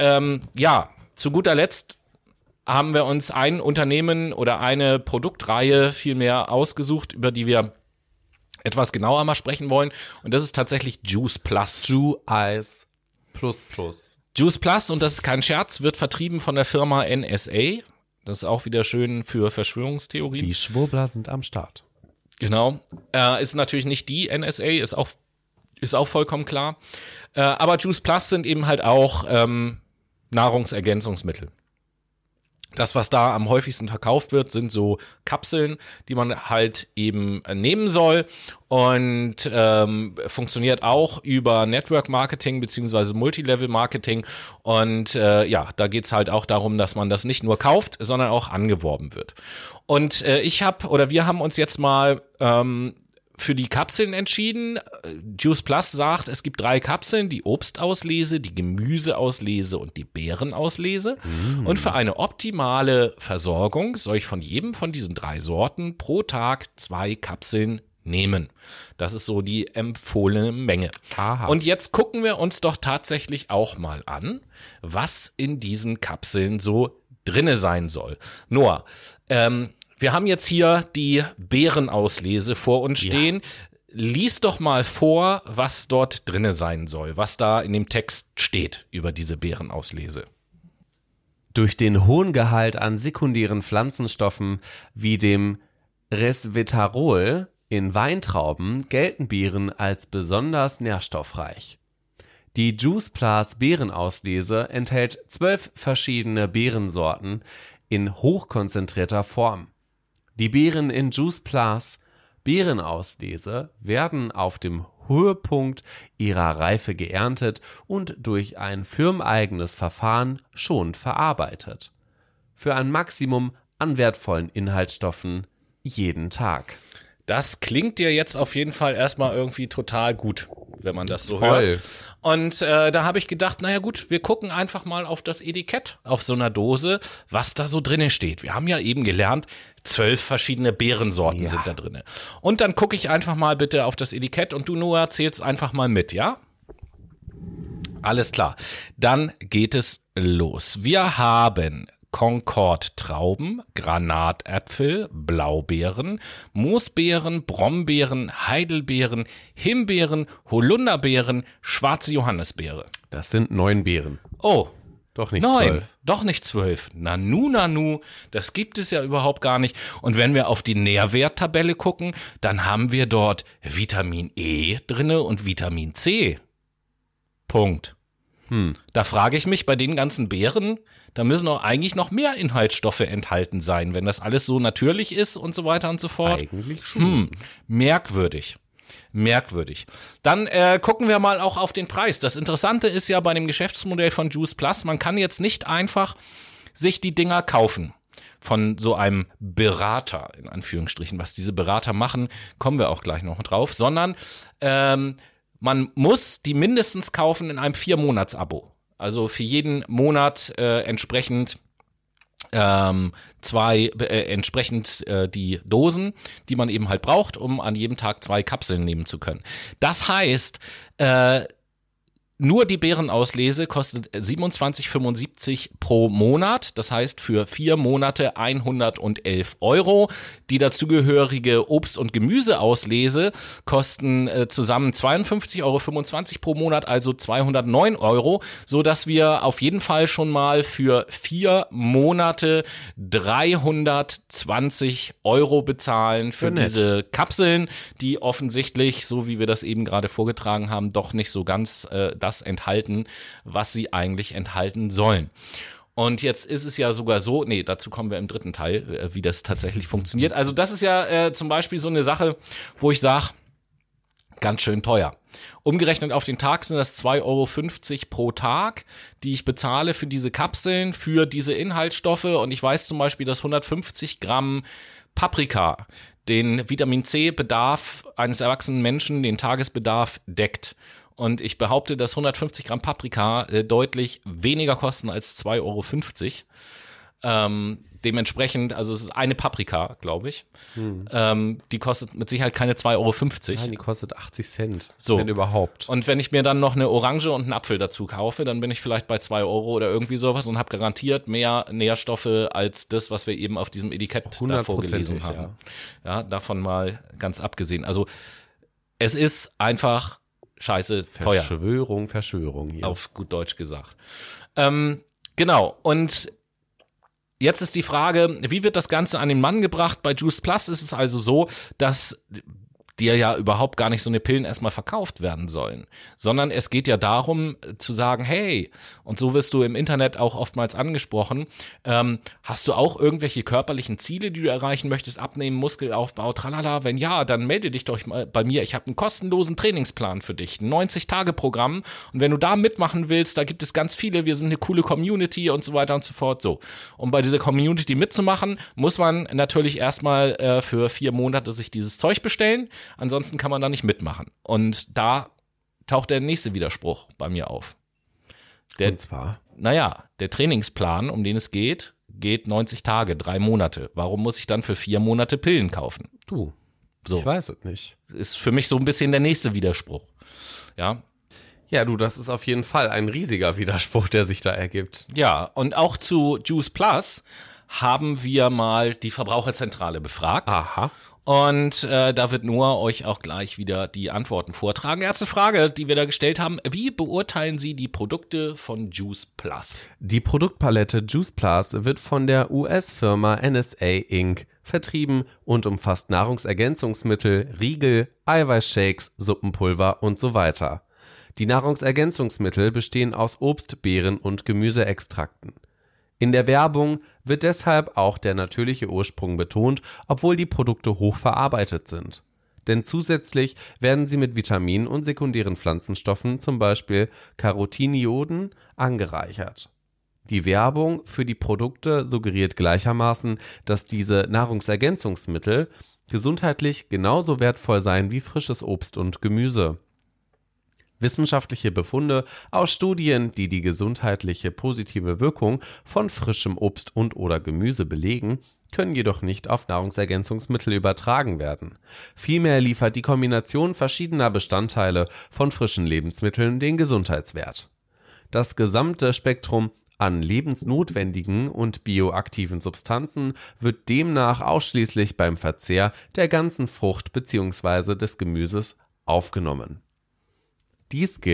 zu guter Letzt haben wir uns ein Unternehmen oder eine Produktreihe vielmehr ausgesucht, über die wir etwas genauer mal sprechen wollen. Und das ist tatsächlich Juice Plus. Juice Plus. Juice Plus, und das ist kein Scherz, wird vertrieben von der Firma NSA. Das ist auch wieder schön für Verschwörungstheorien. Die Schwurbler sind am Start. Genau. Ist natürlich nicht die NSA, ist auch vollkommen klar. Aber Juice Plus sind eben halt auch Nahrungsergänzungsmittel. Das, was da am häufigsten verkauft wird, sind so Kapseln, die man halt eben nehmen soll und funktioniert auch über Network Marketing beziehungsweise Multilevel Marketing und da geht's halt auch darum, dass man das nicht nur kauft, sondern auch angeworben wird. Und wir haben uns jetzt mal für die Kapseln entschieden. Juice Plus sagt, es gibt 3 Kapseln, die Obstauslese, die Gemüseauslese und die Beerenauslese. Und für eine optimale Versorgung soll ich von jedem von diesen 3 Sorten pro Tag 2 Kapseln nehmen. Das ist so die empfohlene Menge. Aha. Und jetzt gucken wir uns doch tatsächlich auch mal an, was in diesen Kapseln so drinne sein soll. Noah, wir haben jetzt hier die Beerenauslese vor uns stehen. Ja. Lies doch mal vor, was dort drinne sein soll, was da in dem Text steht über diese Beerenauslese. Durch den hohen Gehalt an sekundären Pflanzenstoffen wie dem Resveratrol in Weintrauben gelten Beeren als besonders nährstoffreich. Die Juice Plus Beerenauslese enthält 12 verschiedene Beerensorten in hochkonzentrierter Form. Die Beeren in Juice Plus Beerenauslese werden auf dem Höhepunkt ihrer Reife geerntet und durch ein firmeneigenes Verfahren schonend verarbeitet. Für ein Maximum an wertvollen Inhaltsstoffen jeden Tag. Das klingt dir jetzt auf jeden Fall erstmal irgendwie total gut, wenn man das so hört. Und da habe ich gedacht, naja gut, wir gucken einfach mal auf das Etikett auf so einer Dose, was da so drinne steht. Wir haben ja eben gelernt, 12 verschiedene Beerensorten sind da drinne. Und dann gucke ich einfach mal bitte auf das Etikett und du, Noah, zählst einfach mal mit, ja? Alles klar. Dann geht es los. Wir haben Concord-Trauben, Granatäpfel, Blaubeeren, Moosbeeren, Brombeeren, Heidelbeeren, Himbeeren, Holunderbeeren, schwarze Johannisbeere. Das sind 9 Beeren. Oh, Doch nicht 9, 12. doch nicht 12. Nanu, das gibt es ja überhaupt gar nicht. Und wenn wir auf die Nährwerttabelle gucken, dann haben wir dort Vitamin E drinne und Vitamin C. Punkt. Da frage ich mich, bei den ganzen Beeren, da müssen auch eigentlich noch mehr Inhaltsstoffe enthalten sein, wenn das alles so natürlich ist und so weiter und so fort. Eigentlich schon. Merkwürdig. Dann gucken wir mal auch auf den Preis. Das Interessante ist ja bei dem Geschäftsmodell von Juice Plus, man kann jetzt nicht einfach sich die Dinger kaufen von so einem Berater, in Anführungsstrichen. Was diese Berater machen, kommen wir auch gleich noch drauf, sondern man muss die mindestens kaufen in einem 4-Monats-Abo. Also für jeden Monat entsprechend die Dosen, die man eben halt braucht, um an jedem Tag 2 Kapseln nehmen zu können. Das heißt, nur die Beerenauslese kostet 27,75 pro Monat. Das heißt für 4 Monate 111 €. Die dazugehörige Obst- und Gemüseauslese kosten zusammen 52,25 € pro Monat, also 209 €, so dass wir auf jeden Fall schon mal für 4 Monate 320 € bezahlen für diese Kapseln, die offensichtlich, so wie wir das eben gerade vorgetragen haben, doch nicht so ganz das enthalten, was sie eigentlich enthalten sollen. Und jetzt ist es ja sogar so, dazu kommen wir im dritten Teil, wie das tatsächlich funktioniert. Also das ist ja zum Beispiel so eine Sache, wo ich sage, ganz schön teuer. Umgerechnet auf den Tag sind das 2,50 € pro Tag, die ich bezahle für diese Kapseln, für diese Inhaltsstoffe. Und ich weiß zum Beispiel, dass 150 Gramm Paprika den Vitamin C-Bedarf eines erwachsenen Menschen, den Tagesbedarf deckt. Und ich behaupte, dass 150 Gramm Paprika deutlich weniger kosten als 2,50 €. Dementsprechend, also es ist eine Paprika, glaube ich. Die kostet mit Sicherheit keine 2,50 €. Nein, die kostet 80 Cent, so. wenn überhaupt. Und wenn ich mir dann noch eine Orange und einen Apfel dazu kaufe, dann bin ich vielleicht bei 2 € oder irgendwie sowas und habe garantiert mehr Nährstoffe als das, was wir eben auf diesem Etikett da vorgelesen haben. Ja, davon mal ganz abgesehen. Also es ist einfach scheiße teuer. Verschwörung hier. Auf gut Deutsch gesagt. Genau, und jetzt ist die Frage, wie wird das Ganze an den Mann gebracht? Bei Juice Plus ist es also so, dass dir ja überhaupt gar nicht so eine Pillen erstmal verkauft werden sollen, sondern es geht ja darum zu sagen, hey, und so wirst du im Internet auch oftmals angesprochen, hast du auch irgendwelche körperlichen Ziele, die du erreichen möchtest, abnehmen, Muskelaufbau, tralala, wenn ja, dann melde dich doch mal bei mir, ich habe einen kostenlosen Trainingsplan für dich, ein 90-Tage-Programm und wenn du da mitmachen willst, da gibt es ganz viele, wir sind eine coole Community und so weiter und so fort, so. Um bei dieser Community mitzumachen, muss man natürlich erstmal für 4 Monate sich dieses Zeug bestellen. Ansonsten kann man da nicht mitmachen. Und da taucht der nächste Widerspruch bei mir auf. Und zwar? Der Trainingsplan, um den es geht 90 Tage, 3 Monate. Warum muss ich dann für 4 Monate Pillen kaufen? Du, so. Ich weiß es nicht. Ist für mich so ein bisschen der nächste Widerspruch. Ja. Ja, du, das ist auf jeden Fall ein riesiger Widerspruch, der sich da ergibt. Ja, und auch zu Juice Plus haben wir mal die Verbraucherzentrale befragt. Aha. Und da wird Noah euch auch gleich wieder die Antworten vortragen. Erste Frage, die wir da gestellt haben. Wie beurteilen Sie die Produkte von Juice Plus? Die Produktpalette Juice Plus wird von der US-Firma NSA Inc. vertrieben und umfasst Nahrungsergänzungsmittel, Riegel, Eiweißshakes, Suppenpulver und so weiter. Die Nahrungsergänzungsmittel bestehen aus Obst-, Beeren- und Gemüseextrakten. In der Werbung wird deshalb auch der natürliche Ursprung betont, obwohl die Produkte hoch verarbeitet sind. Denn zusätzlich werden sie mit Vitaminen und sekundären Pflanzenstoffen, zum Beispiel Carotinioden, angereichert. Die Werbung für die Produkte suggeriert gleichermaßen, dass diese Nahrungsergänzungsmittel gesundheitlich genauso wertvoll seien wie frisches Obst und Gemüse. Wissenschaftliche Befunde aus Studien, die die gesundheitliche positive Wirkung von frischem Obst und/oder Gemüse belegen, können jedoch nicht auf Nahrungsergänzungsmittel übertragen werden. Vielmehr liefert die Kombination verschiedener Bestandteile von frischen Lebensmitteln den Gesundheitswert. Das gesamte Spektrum an lebensnotwendigen und bioaktiven Substanzen wird demnach ausschließlich beim Verzehr der ganzen Frucht bzw. des Gemüses aufgenommen. Dies gilt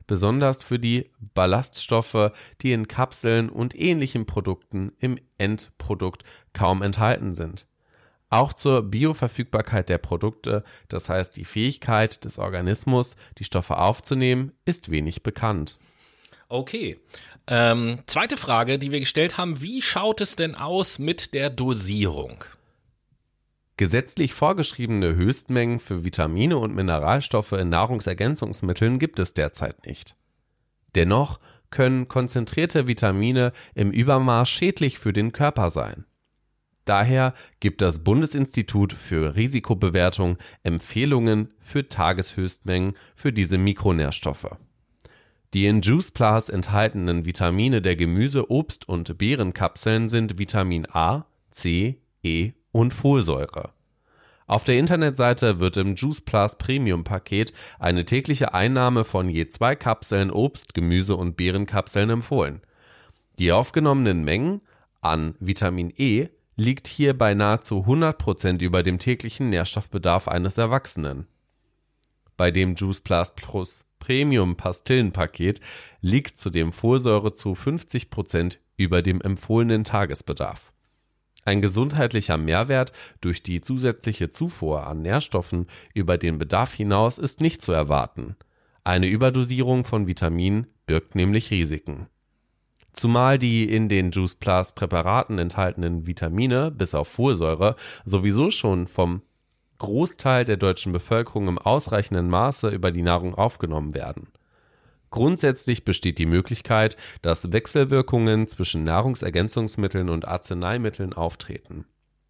besonders für die Ballaststoffe, die in Kapseln und ähnlichen Produkten im Endprodukt kaum enthalten sind. Auch zur Bioverfügbarkeit der Produkte, das heißt die Fähigkeit des Organismus, die Stoffe aufzunehmen, ist wenig bekannt. Okay. Zweite Frage, die wir gestellt haben, wie schaut es denn aus mit der Dosierung? Gesetzlich vorgeschriebene Höchstmengen für Vitamine und Mineralstoffe in Nahrungsergänzungsmitteln gibt es derzeit nicht. Dennoch können konzentrierte Vitamine im Übermaß schädlich für den Körper sein. Daher gibt das Bundesinstitut für Risikobewertung Empfehlungen für Tageshöchstmengen für diese Mikronährstoffe. Die in Juice Plus enthaltenen Vitamine der Gemüse-, Obst- und Beerenkapseln sind Vitamin A, C, E und Folsäure. Auf der Internetseite wird im Juice Plus Premium Paket eine tägliche Einnahme von je 2 Kapseln Obst-, Gemüse- und Beerenkapseln empfohlen. Die aufgenommenen Mengen an Vitamin E liegt hier bei nahezu 100% über dem täglichen Nährstoffbedarf eines Erwachsenen. Bei dem Juice Plus Premium Pastillenpaket liegt zudem Folsäure zu 50% über dem empfohlenen Tagesbedarf. Ein gesundheitlicher Mehrwert durch die zusätzliche Zufuhr an Nährstoffen über den Bedarf hinaus ist nicht zu erwarten. Eine Überdosierung von Vitaminen birgt nämlich Risiken. Zumal die in den Juice Plus Präparaten enthaltenen Vitamine bis auf Folsäure sowieso schon vom Großteil der deutschen Bevölkerung im ausreichenden Maße über die Nahrung aufgenommen werden. Grundsätzlich besteht die Möglichkeit, dass Wechselwirkungen zwischen Nahrungsergänzungsmitteln und Arzneimitteln auftreten.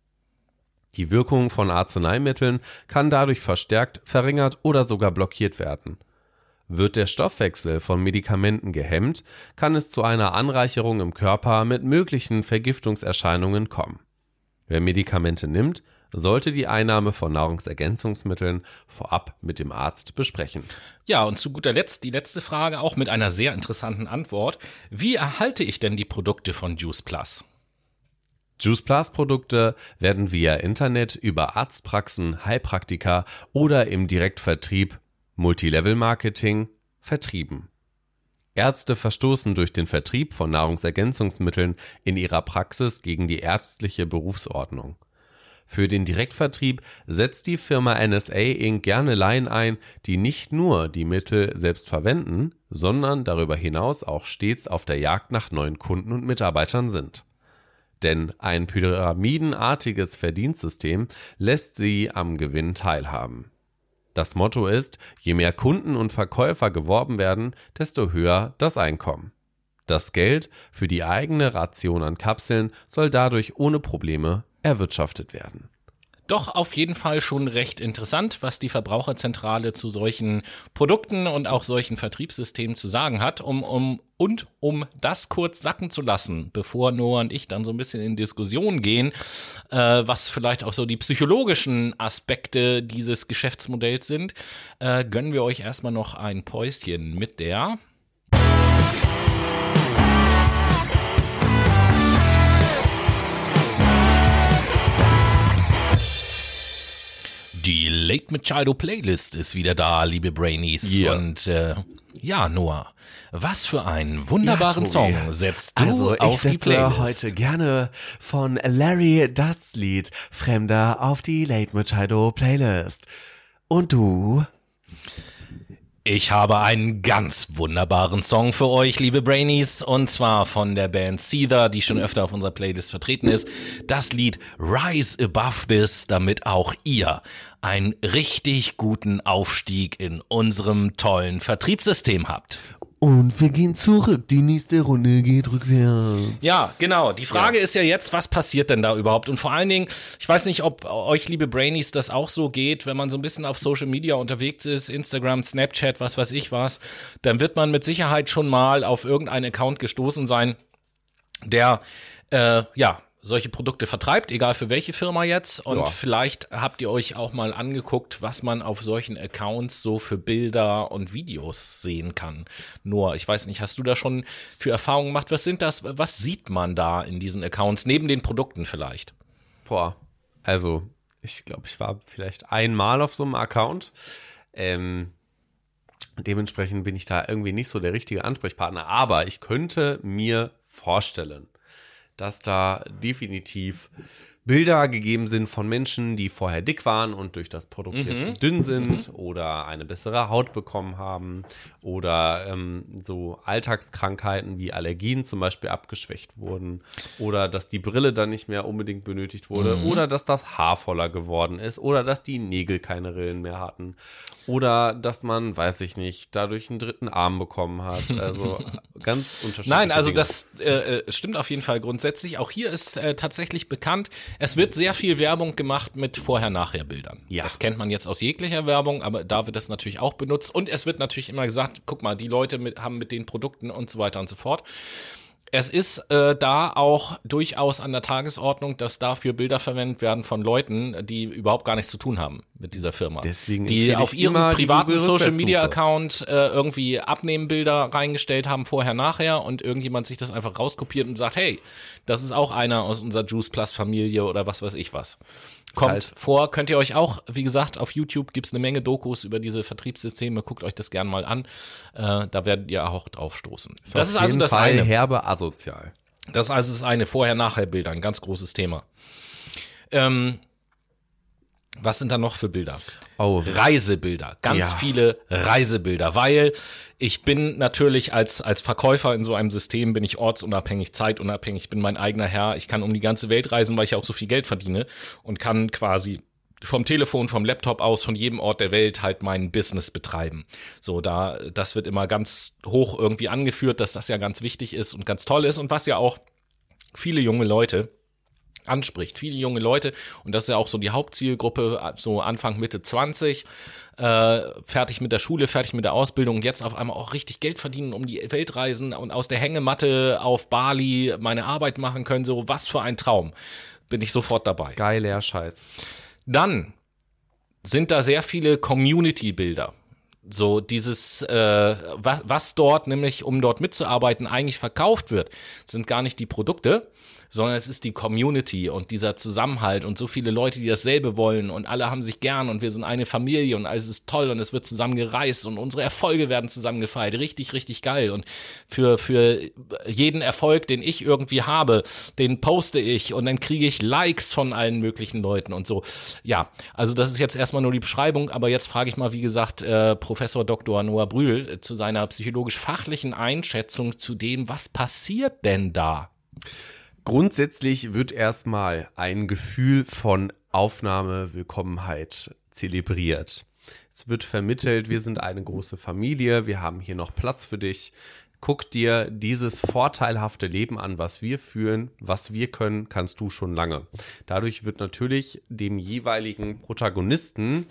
Die Wirkung von Arzneimitteln kann dadurch verstärkt, verringert oder sogar blockiert werden. Wird der Stoffwechsel von Medikamenten gehemmt, kann es zu einer Anreicherung im Körper mit möglichen Vergiftungserscheinungen kommen. Wer Medikamente nimmt, sollte die Einnahme von Nahrungsergänzungsmitteln vorab mit dem Arzt besprechen. Ja, und zu guter Letzt die letzte Frage, auch mit einer sehr interessanten Antwort. Wie erhalte ich denn die Produkte von Juice Plus? Juice Plus Produkte werden via Internet über Arztpraxen, Heilpraktiker oder im Direktvertrieb Multilevel-Marketing vertrieben. Ärzte verstoßen durch den Vertrieb von Nahrungsergänzungsmitteln in ihrer Praxis gegen die ärztliche Berufsordnung. Für den Direktvertrieb setzt die Firma NSA Inc. gerne Laien ein, die nicht nur die Mittel selbst verwenden, sondern darüber hinaus auch stets auf der Jagd nach neuen Kunden und Mitarbeitern sind. Denn ein pyramidenartiges Verdienstsystem lässt sie am Gewinn teilhaben. Das Motto ist, je mehr Kunden und Verkäufer geworben werden, desto höher das Einkommen. Das Geld für die eigene Ration an Kapseln soll dadurch ohne Probleme erwirtschaftet werden. Doch auf jeden Fall schon recht interessant, was die Verbraucherzentrale zu solchen Produkten und auch solchen Vertriebssystemen zu sagen hat. Um das kurz sacken zu lassen, bevor Noah und ich dann so ein bisschen in Diskussion gehen, was vielleicht auch so die psychologischen Aspekte dieses Geschäftsmodells sind, gönnen wir euch erstmal noch ein Päuschen mit der Die Late Machado Playlist ist wieder da, liebe Brainies. Yeah. Und ja, Noah, was für einen wunderbaren Ja, Song setzt du auf die Playlist? Ich setze heute gerne von Larry das Lied Fremder auf die Late Machado Playlist. Und du? Ich habe einen ganz wunderbaren Song für euch, liebe Brainies, und zwar von der Band Seether, die schon öfter auf unserer Playlist vertreten ist. Das Lied Rise Above This, damit auch ihr einen richtig guten Aufstieg in unserem tollen Vertriebssystem habt. Und wir gehen zurück, die nächste Runde geht rückwärts. Ja, genau. Die Frage ist ja jetzt, was passiert denn da überhaupt? Und vor allen Dingen, ich weiß nicht, ob euch, liebe Brainies, das auch so geht, wenn man so ein bisschen auf Social Media unterwegs ist, Instagram, Snapchat, was weiß ich was, dann wird man mit Sicherheit schon mal auf irgendeinen Account gestoßen sein, der, solche Produkte vertreibt, egal für welche Firma jetzt. Und vielleicht habt ihr euch auch mal angeguckt, was man auf solchen Accounts so für Bilder und Videos sehen kann. Nur, ich weiß nicht, hast du da schon für Erfahrungen gemacht? Was sind das? Was sieht man da in diesen Accounts, neben den Produkten vielleicht? Also, ich glaube, ich war vielleicht einmal auf so einem Account. Dementsprechend bin ich da irgendwie nicht so der richtige Ansprechpartner. Aber ich könnte mir vorstellen, dass da definitiv Bilder gegeben sind von Menschen, die vorher dick waren und durch das Produkt jetzt dünn sind oder eine bessere Haut bekommen haben oder so Alltagskrankheiten wie Allergien zum Beispiel abgeschwächt wurden oder dass die Brille dann nicht mehr unbedingt benötigt wurde oder dass das Haar voller geworden ist oder dass die Nägel keine Rillen mehr hatten oder dass man, weiß ich nicht, dadurch einen dritten Arm bekommen hat. Also ganz unterschiedlich. Nein, also das stimmt auf jeden Fall grundsätzlich. Auch hier ist tatsächlich bekannt, es wird sehr viel Werbung gemacht mit Vorher-Nachher-Bildern. Ja. Das kennt man jetzt aus jeglicher Werbung, aber da wird das natürlich auch benutzt. Und es wird natürlich immer gesagt, guck mal, die Leute haben mit den Produkten und so weiter und so fort. Es ist da auch durchaus an der Tagesordnung, dass dafür Bilder verwendet werden von Leuten, die überhaupt gar nichts zu tun haben mit dieser Firma. Deswegen die auf ihrem privaten Google Social-Media-Account irgendwie Abnehmbilder reingestellt haben, vorher, nachher und irgendjemand sich das einfach rauskopiert und sagt, hey, das ist auch einer aus unserer Juice Plus Familie oder was weiß ich was. Kommt halt vor, könnt ihr euch auch, wie gesagt, auf YouTube gibt's eine Menge Dokus über diese Vertriebssysteme, guckt euch das gerne mal an, da werdet ihr auch drauf stoßen. Das ist also das eine. Herbe asozial. Das ist also das eine, Vorher-Nachher-Bilder, ein ganz großes Thema. Was sind da noch für Bilder? Oh. Reisebilder, ganz viele Reisebilder, weil ich bin natürlich als Verkäufer in so einem System, bin ich ortsunabhängig, zeitunabhängig, bin mein eigener Herr. Ich kann um die ganze Welt reisen, weil ich auch so viel Geld verdiene und kann quasi vom Telefon, vom Laptop aus, von jedem Ort der Welt halt mein Business betreiben. So, das wird immer ganz hoch irgendwie angeführt, dass das ja ganz wichtig ist und ganz toll ist und was ja auch viele junge Leute anspricht. Viele junge Leute, und das ist ja auch so die Hauptzielgruppe, so Anfang, Mitte 20, fertig mit der Schule, fertig mit der Ausbildung und jetzt auf einmal auch richtig Geld verdienen, um die Welt reisen und aus der Hängematte auf Bali meine Arbeit machen können. So, was für ein Traum. Bin ich sofort dabei. Geiler Scheiß. Dann sind da sehr viele Community-Bilder. So dieses, was dort, nämlich um dort mitzuarbeiten, eigentlich verkauft wird, sind gar nicht die Produkte, sondern es ist die Community und dieser Zusammenhalt und so viele Leute, die dasselbe wollen und alle haben sich gern und wir sind eine Familie und alles ist toll und es wird zusammen gereist und unsere Erfolge werden zusammen gefeiert. Richtig, richtig geil. Und für jeden Erfolg, den ich irgendwie habe, den poste ich und dann kriege ich Likes von allen möglichen Leuten und so. Ja, also das ist jetzt erstmal nur die Beschreibung, aber jetzt frage ich mal, wie gesagt, Professor Dr. Noah Brühl zu seiner psychologisch-fachlichen Einschätzung zu dem, was passiert denn da? Grundsätzlich wird erstmal ein Gefühl von Aufnahme, Willkommenheit zelebriert. Es wird vermittelt, wir sind eine große Familie, wir haben hier noch Platz für dich. Guck dir dieses vorteilhafte Leben an, was wir führen, was wir können, kannst du schon lange. Dadurch wird natürlich dem jeweiligen Protagonisten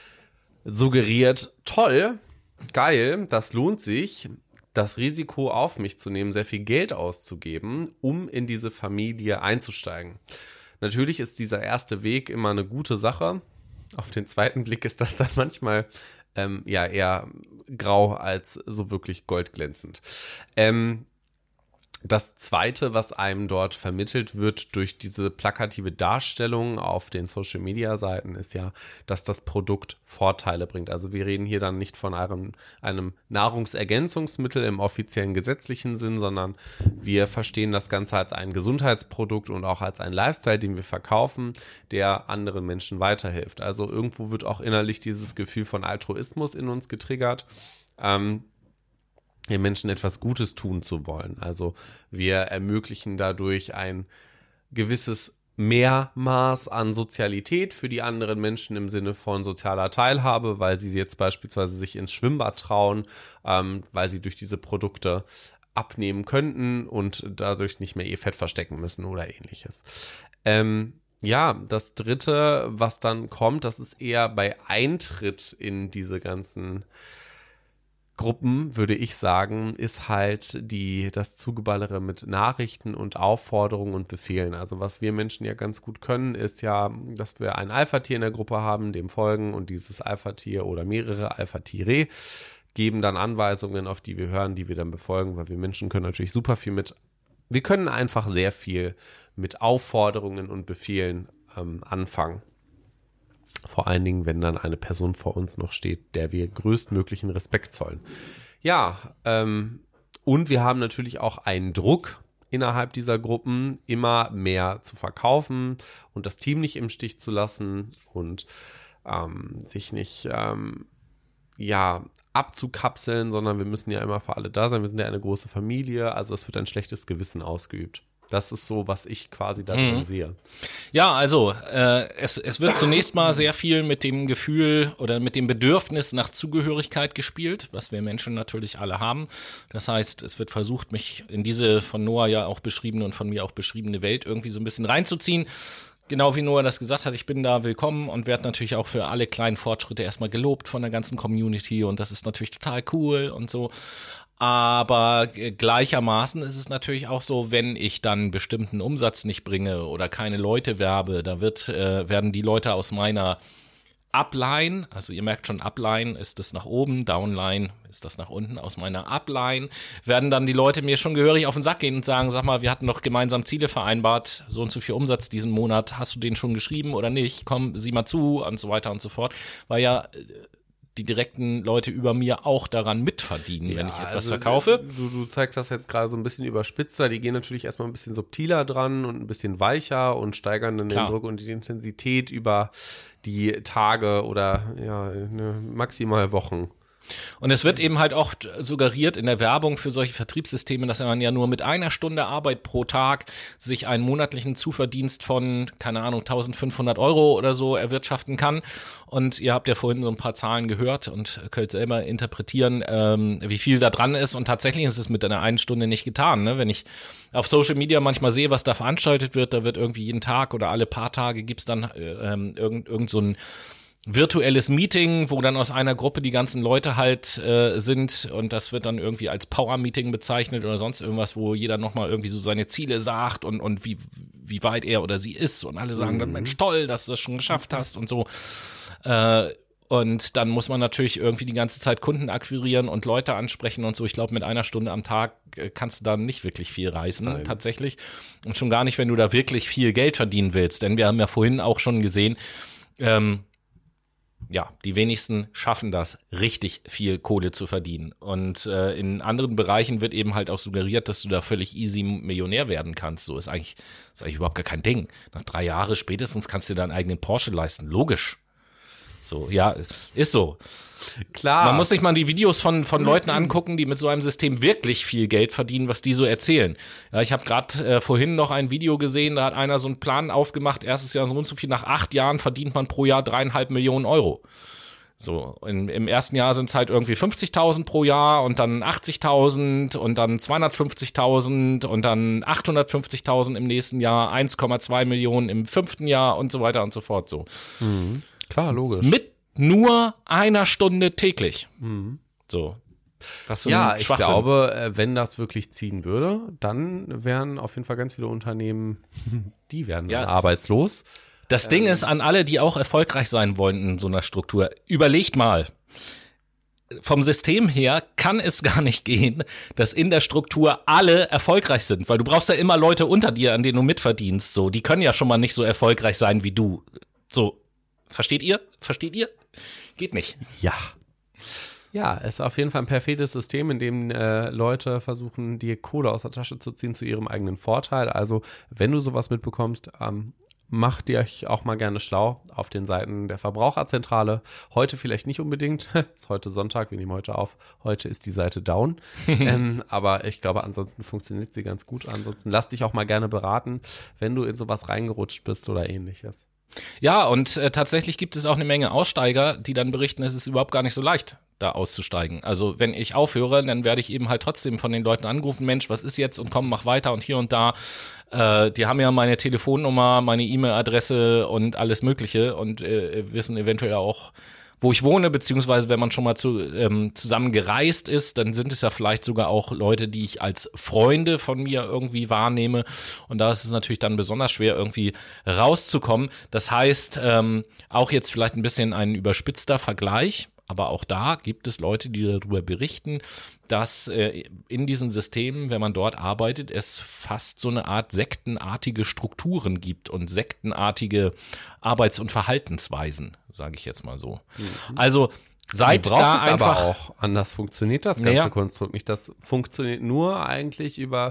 suggeriert, toll, geil, das lohnt sich, das Risiko auf mich zu nehmen, sehr viel Geld auszugeben, um in diese Familie einzusteigen. Natürlich ist dieser erste Weg immer eine gute Sache. Auf den zweiten Blick ist das dann manchmal eher grau als so wirklich goldglänzend. Das Zweite, was einem dort vermittelt wird durch diese plakative Darstellung auf den Social-Media-Seiten, ist ja, dass das Produkt Vorteile bringt. Also wir reden hier dann nicht von einem Nahrungsergänzungsmittel im offiziellen gesetzlichen Sinn, sondern wir verstehen das Ganze als ein Gesundheitsprodukt und auch als einen Lifestyle, den wir verkaufen, der anderen Menschen weiterhilft. Also irgendwo wird auch innerlich dieses Gefühl von Altruismus in uns getriggert, den Menschen etwas Gutes tun zu wollen. Also wir ermöglichen dadurch ein gewisses Mehrmaß an Sozialität für die anderen Menschen im Sinne von sozialer Teilhabe, weil sie jetzt beispielsweise sich ins Schwimmbad trauen, weil sie durch diese Produkte abnehmen könnten und dadurch nicht mehr ihr Fett verstecken müssen oder ähnliches. Das Dritte, was dann kommt, das ist eher bei Eintritt in diese ganzen Gruppen, würde ich sagen, ist halt das Zugeballere mit Nachrichten und Aufforderungen und Befehlen. Also was wir Menschen ja ganz gut können, ist ja, dass wir ein Alpha-Tier in der Gruppe haben, dem folgen und dieses Alpha-Tier oder mehrere Alpha-Tiere geben dann Anweisungen, auf die wir hören, die wir dann befolgen, weil wir Menschen können natürlich super viel wir können einfach sehr viel mit Aufforderungen und Befehlen anfangen. Vor allen Dingen, wenn dann eine Person vor uns noch steht, der wir größtmöglichen Respekt zollen. Ja, und wir haben natürlich auch einen Druck innerhalb dieser Gruppen, immer mehr zu verkaufen und das Team nicht im Stich zu lassen und sich nicht abzukapseln, sondern wir müssen ja immer für alle da sein. Wir sind ja eine große Familie, also es wird ein schlechtes Gewissen ausgeübt. Das ist so, was ich quasi da drin sehe. Ja, also es wird zunächst mal sehr viel mit dem Gefühl oder mit dem Bedürfnis nach Zugehörigkeit gespielt, was wir Menschen natürlich alle haben. Das heißt, es wird versucht, mich in diese von Noah ja auch beschriebene und von mir auch beschriebene Welt irgendwie so ein bisschen reinzuziehen. Genau wie Noah das gesagt hat, ich bin da willkommen und werde natürlich auch für alle kleinen Fortschritte erstmal gelobt von der ganzen Community und das ist natürlich total cool und so. Aber gleichermaßen ist es natürlich auch so, wenn ich dann bestimmten Umsatz nicht bringe oder keine Leute werbe, da werden die Leute aus meiner Upline, also ihr merkt schon, Upline ist das nach oben, Downline ist das nach unten, aus meiner Upline werden dann die Leute mir schon gehörig auf den Sack gehen und sagen, sag mal, wir hatten doch gemeinsam Ziele vereinbart, so und so viel Umsatz diesen Monat, hast du den schon geschrieben oder nicht, komm, sieh mal zu und so weiter und so fort, weil ja die direkten Leute über mir auch daran mitverdienen, wenn ich etwas verkaufe. Du zeigst das jetzt gerade so ein bisschen überspitzer. Die gehen natürlich erstmal ein bisschen subtiler dran und ein bisschen weicher und steigern dann den Druck und die Intensität über die Tage oder maximal Wochen. Und es wird eben halt auch suggeriert in der Werbung für solche Vertriebssysteme, dass man ja nur mit 1 Stunde Arbeit pro Tag sich einen monatlichen Zuverdienst von, keine Ahnung, 1.500 € oder so erwirtschaften kann. Und ihr habt ja vorhin so ein paar Zahlen gehört und könnt selber interpretieren, wie viel da dran ist. Und tatsächlich ist es mit einer 1 Stunde nicht getan. Ne? Wenn ich auf Social Media manchmal sehe, was da veranstaltet wird, da wird irgendwie jeden Tag oder alle paar Tage gibt's dann irgend so ein virtuelles Meeting, wo dann aus einer Gruppe die ganzen Leute halt sind und das wird dann irgendwie als Power-Meeting bezeichnet oder sonst irgendwas, wo jeder nochmal irgendwie so seine Ziele sagt und wie weit er oder sie ist und alle sagen dann, Mensch, toll, dass du das schon geschafft hast und so. Und dann muss man natürlich irgendwie die ganze Zeit Kunden akquirieren und Leute ansprechen und so. Ich glaube, mit 1 Stunde am Tag kannst du da nicht wirklich viel reißen, tatsächlich. Und schon gar nicht, wenn du da wirklich viel Geld verdienen willst. Denn wir haben ja vorhin auch schon gesehen, die wenigsten schaffen das, richtig viel Kohle zu verdienen. Und in anderen Bereichen wird eben halt auch suggeriert, dass du da völlig easy Millionär werden kannst. So ist eigentlich überhaupt gar kein Ding. Nach 3 Jahren spätestens kannst du dir deinen eigenen Porsche leisten. Logisch. So, ja, ist so. Klar. Man muss sich mal die Videos von Leuten angucken, die mit so einem System wirklich viel Geld verdienen, was die so erzählen. Ja, ich habe gerade vorhin noch ein Video gesehen, da hat einer so einen Plan aufgemacht, erstes Jahr so und so viel, nach 8 Jahren verdient man pro Jahr 3,5 Millionen €. So, im ersten Jahr sind es halt irgendwie 50.000 pro Jahr und dann 80.000 und dann 250.000 und dann 850.000 im nächsten Jahr, 1,2 Millionen im 5. Jahr und so weiter und so fort. So. Mhm. Klar, logisch. Mit nur 1 Stunde täglich. So. Was für ein ich Schwachsinn. glaube, wenn das wirklich ziehen würde, dann wären auf jeden Fall ganz viele Unternehmen, die werden dann arbeitslos. Das Ding ist an alle, die auch erfolgreich sein wollen in so einer Struktur. Überlegt mal. Vom System her kann es gar nicht gehen, dass in der Struktur alle erfolgreich sind, weil du brauchst ja immer Leute unter dir, an denen du mitverdienst. So, die können ja schon mal nicht so erfolgreich sein wie du. So. Versteht ihr? Geht nicht. Ja. Ja, ist auf jeden Fall ein perfides System, in dem Leute versuchen, dir Kohle aus der Tasche zu ziehen zu ihrem eigenen Vorteil. Also, wenn du sowas mitbekommst, mach dir auch mal gerne schlau auf den Seiten der Verbraucherzentrale. Heute vielleicht nicht unbedingt. Ist heute Sonntag, wir nehmen heute auf. Heute ist die Seite down. Aber ich glaube, ansonsten funktioniert sie ganz gut. Ansonsten lass dich auch mal gerne beraten, wenn du in sowas reingerutscht bist oder ähnliches. Ja, und tatsächlich gibt es auch eine Menge Aussteiger, die dann berichten, es ist überhaupt gar nicht so leicht, da auszusteigen. Also wenn ich aufhöre, dann werde ich eben halt trotzdem von den Leuten angerufen, Mensch, was ist jetzt und komm, mach weiter und hier und da. Die haben ja meine Telefonnummer, meine E-Mail-Adresse und alles Mögliche und wissen eventuell auch, wo ich wohne, beziehungsweise wenn man schon mal zusammen gereist ist, dann sind es ja vielleicht sogar auch Leute, die ich als Freunde von mir irgendwie wahrnehme und da ist es natürlich dann besonders schwer, irgendwie rauszukommen. Das heißt, auch jetzt vielleicht ein bisschen ein überspitzter Vergleich, aber auch da gibt es Leute, die darüber berichten, dass in diesen Systemen, wenn man dort arbeitet, es fast so eine Art sektenartige Strukturen gibt und sektenartige Arbeits- und Verhaltensweisen, sage ich jetzt mal so. Also seid da einfach. Aber auch anders funktioniert das ganze Konstrukt nicht. Das funktioniert nur eigentlich über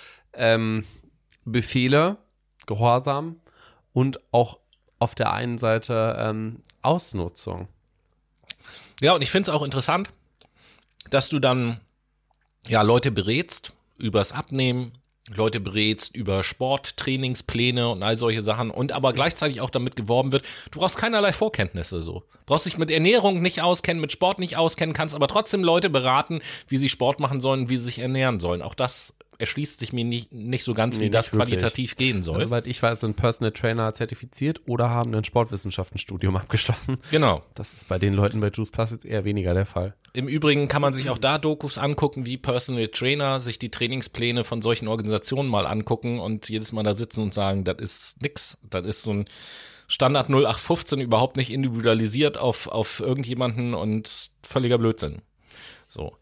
Befehle, Gehorsam und auch auf der einen Seite Ausnutzung. Ja, und ich finde es auch interessant, dass du dann Leute berätst übers Abnehmen, Leute berätst über Sporttrainingspläne und all solche Sachen und aber gleichzeitig auch damit geworben wird, du brauchst keinerlei Vorkenntnisse so. Brauchst dich mit Ernährung nicht auskennen, mit Sport nicht auskennen, kannst aber trotzdem Leute beraten, wie sie Sport machen sollen, wie sie sich ernähren sollen. Auch das erschließt sich mir nicht so ganz, wie das qualitativ gehen soll. Soweit ich weiß, sind Personal Trainer zertifiziert oder haben ein Sportwissenschaftenstudium abgeschlossen. Genau. Das ist bei den Leuten bei Juice Plus jetzt eher weniger der Fall. Im Übrigen kann man sich auch da Dokus angucken, wie Personal Trainer sich die Trainingspläne von solchen Organisationen mal angucken und jedes Mal da sitzen und sagen, das ist nix, das ist so ein Standard 0815, überhaupt nicht individualisiert auf irgendjemanden und völliger Blödsinn. So.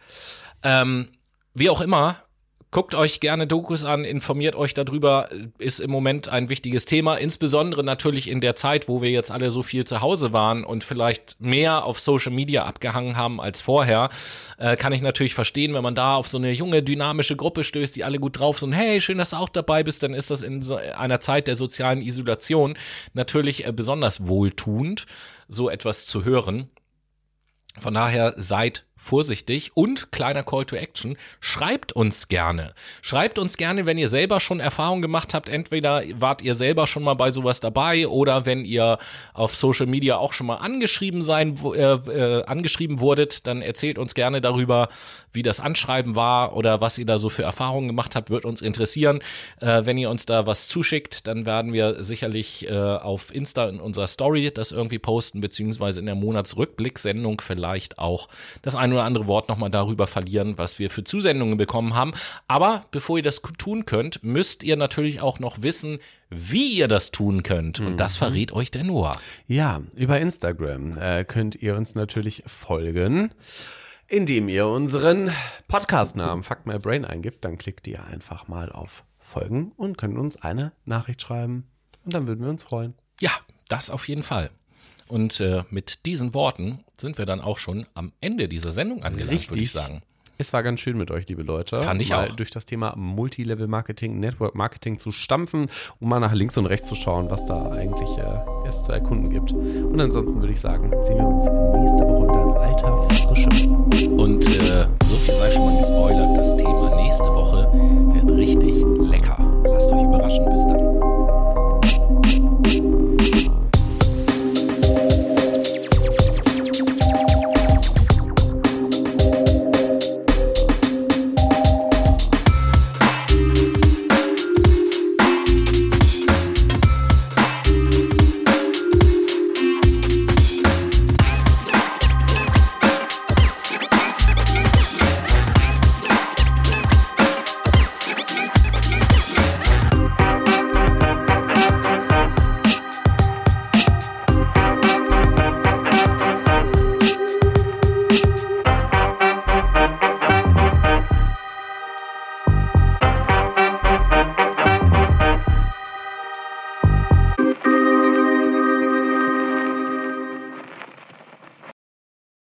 Wie auch immer, guckt euch gerne Dokus an, informiert euch darüber, ist im Moment ein wichtiges Thema, insbesondere natürlich in der Zeit, wo wir jetzt alle so viel zu Hause waren und vielleicht mehr auf Social Media abgehangen haben als vorher, kann ich natürlich verstehen, wenn man da auf so eine junge, dynamische Gruppe stößt, die alle gut drauf sind, hey, schön, dass du auch dabei bist, dann ist das in so einer Zeit der sozialen Isolation natürlich besonders wohltuend, so etwas zu hören. Von daher seid vorsichtig und kleiner Call to Action, schreibt uns gerne. Schreibt uns gerne, wenn ihr selber schon Erfahrung gemacht habt, entweder wart ihr selber schon mal bei sowas dabei oder wenn ihr auf Social Media auch schon mal angeschrieben wurdet, dann erzählt uns gerne darüber, wie das Anschreiben war oder was ihr da so für Erfahrungen gemacht habt, wird uns interessieren. Wenn ihr uns da was zuschickt, dann werden wir sicherlich auf Insta in unserer Story das irgendwie posten, beziehungsweise in der Monatsrückblick-Sendung vielleicht auch das eine oder andere Wort nochmal darüber verlieren, was wir für Zusendungen bekommen haben. Aber bevor ihr das tun könnt, müsst ihr natürlich auch noch wissen, wie ihr das tun könnt. Und das verrät euch der Noah. Ja, über Instagram könnt ihr uns natürlich folgen, indem ihr unseren Podcast-Namen Fuck My Brain eingibt. Dann klickt ihr einfach mal auf Folgen und könnt uns eine Nachricht schreiben. Und dann würden wir uns freuen. Ja, das auf jeden Fall. Und mit diesen Worten sind wir dann auch schon am Ende dieser Sendung angelangt, würde ich sagen. Es war ganz schön mit euch, liebe Leute. Fand ich mal auch. Durch das Thema Multilevel-Marketing, Network-Marketing zu stampfen und mal nach links und rechts zu schauen, was da eigentlich erst zu erkunden gibt. Und ansonsten würde ich sagen, sehen wir uns nächste Woche wieder in alter Frische. Und so viel sei schon mal gespoilert, das Thema nächste Woche wird richtig lecker. Lasst euch überraschen, bis dann.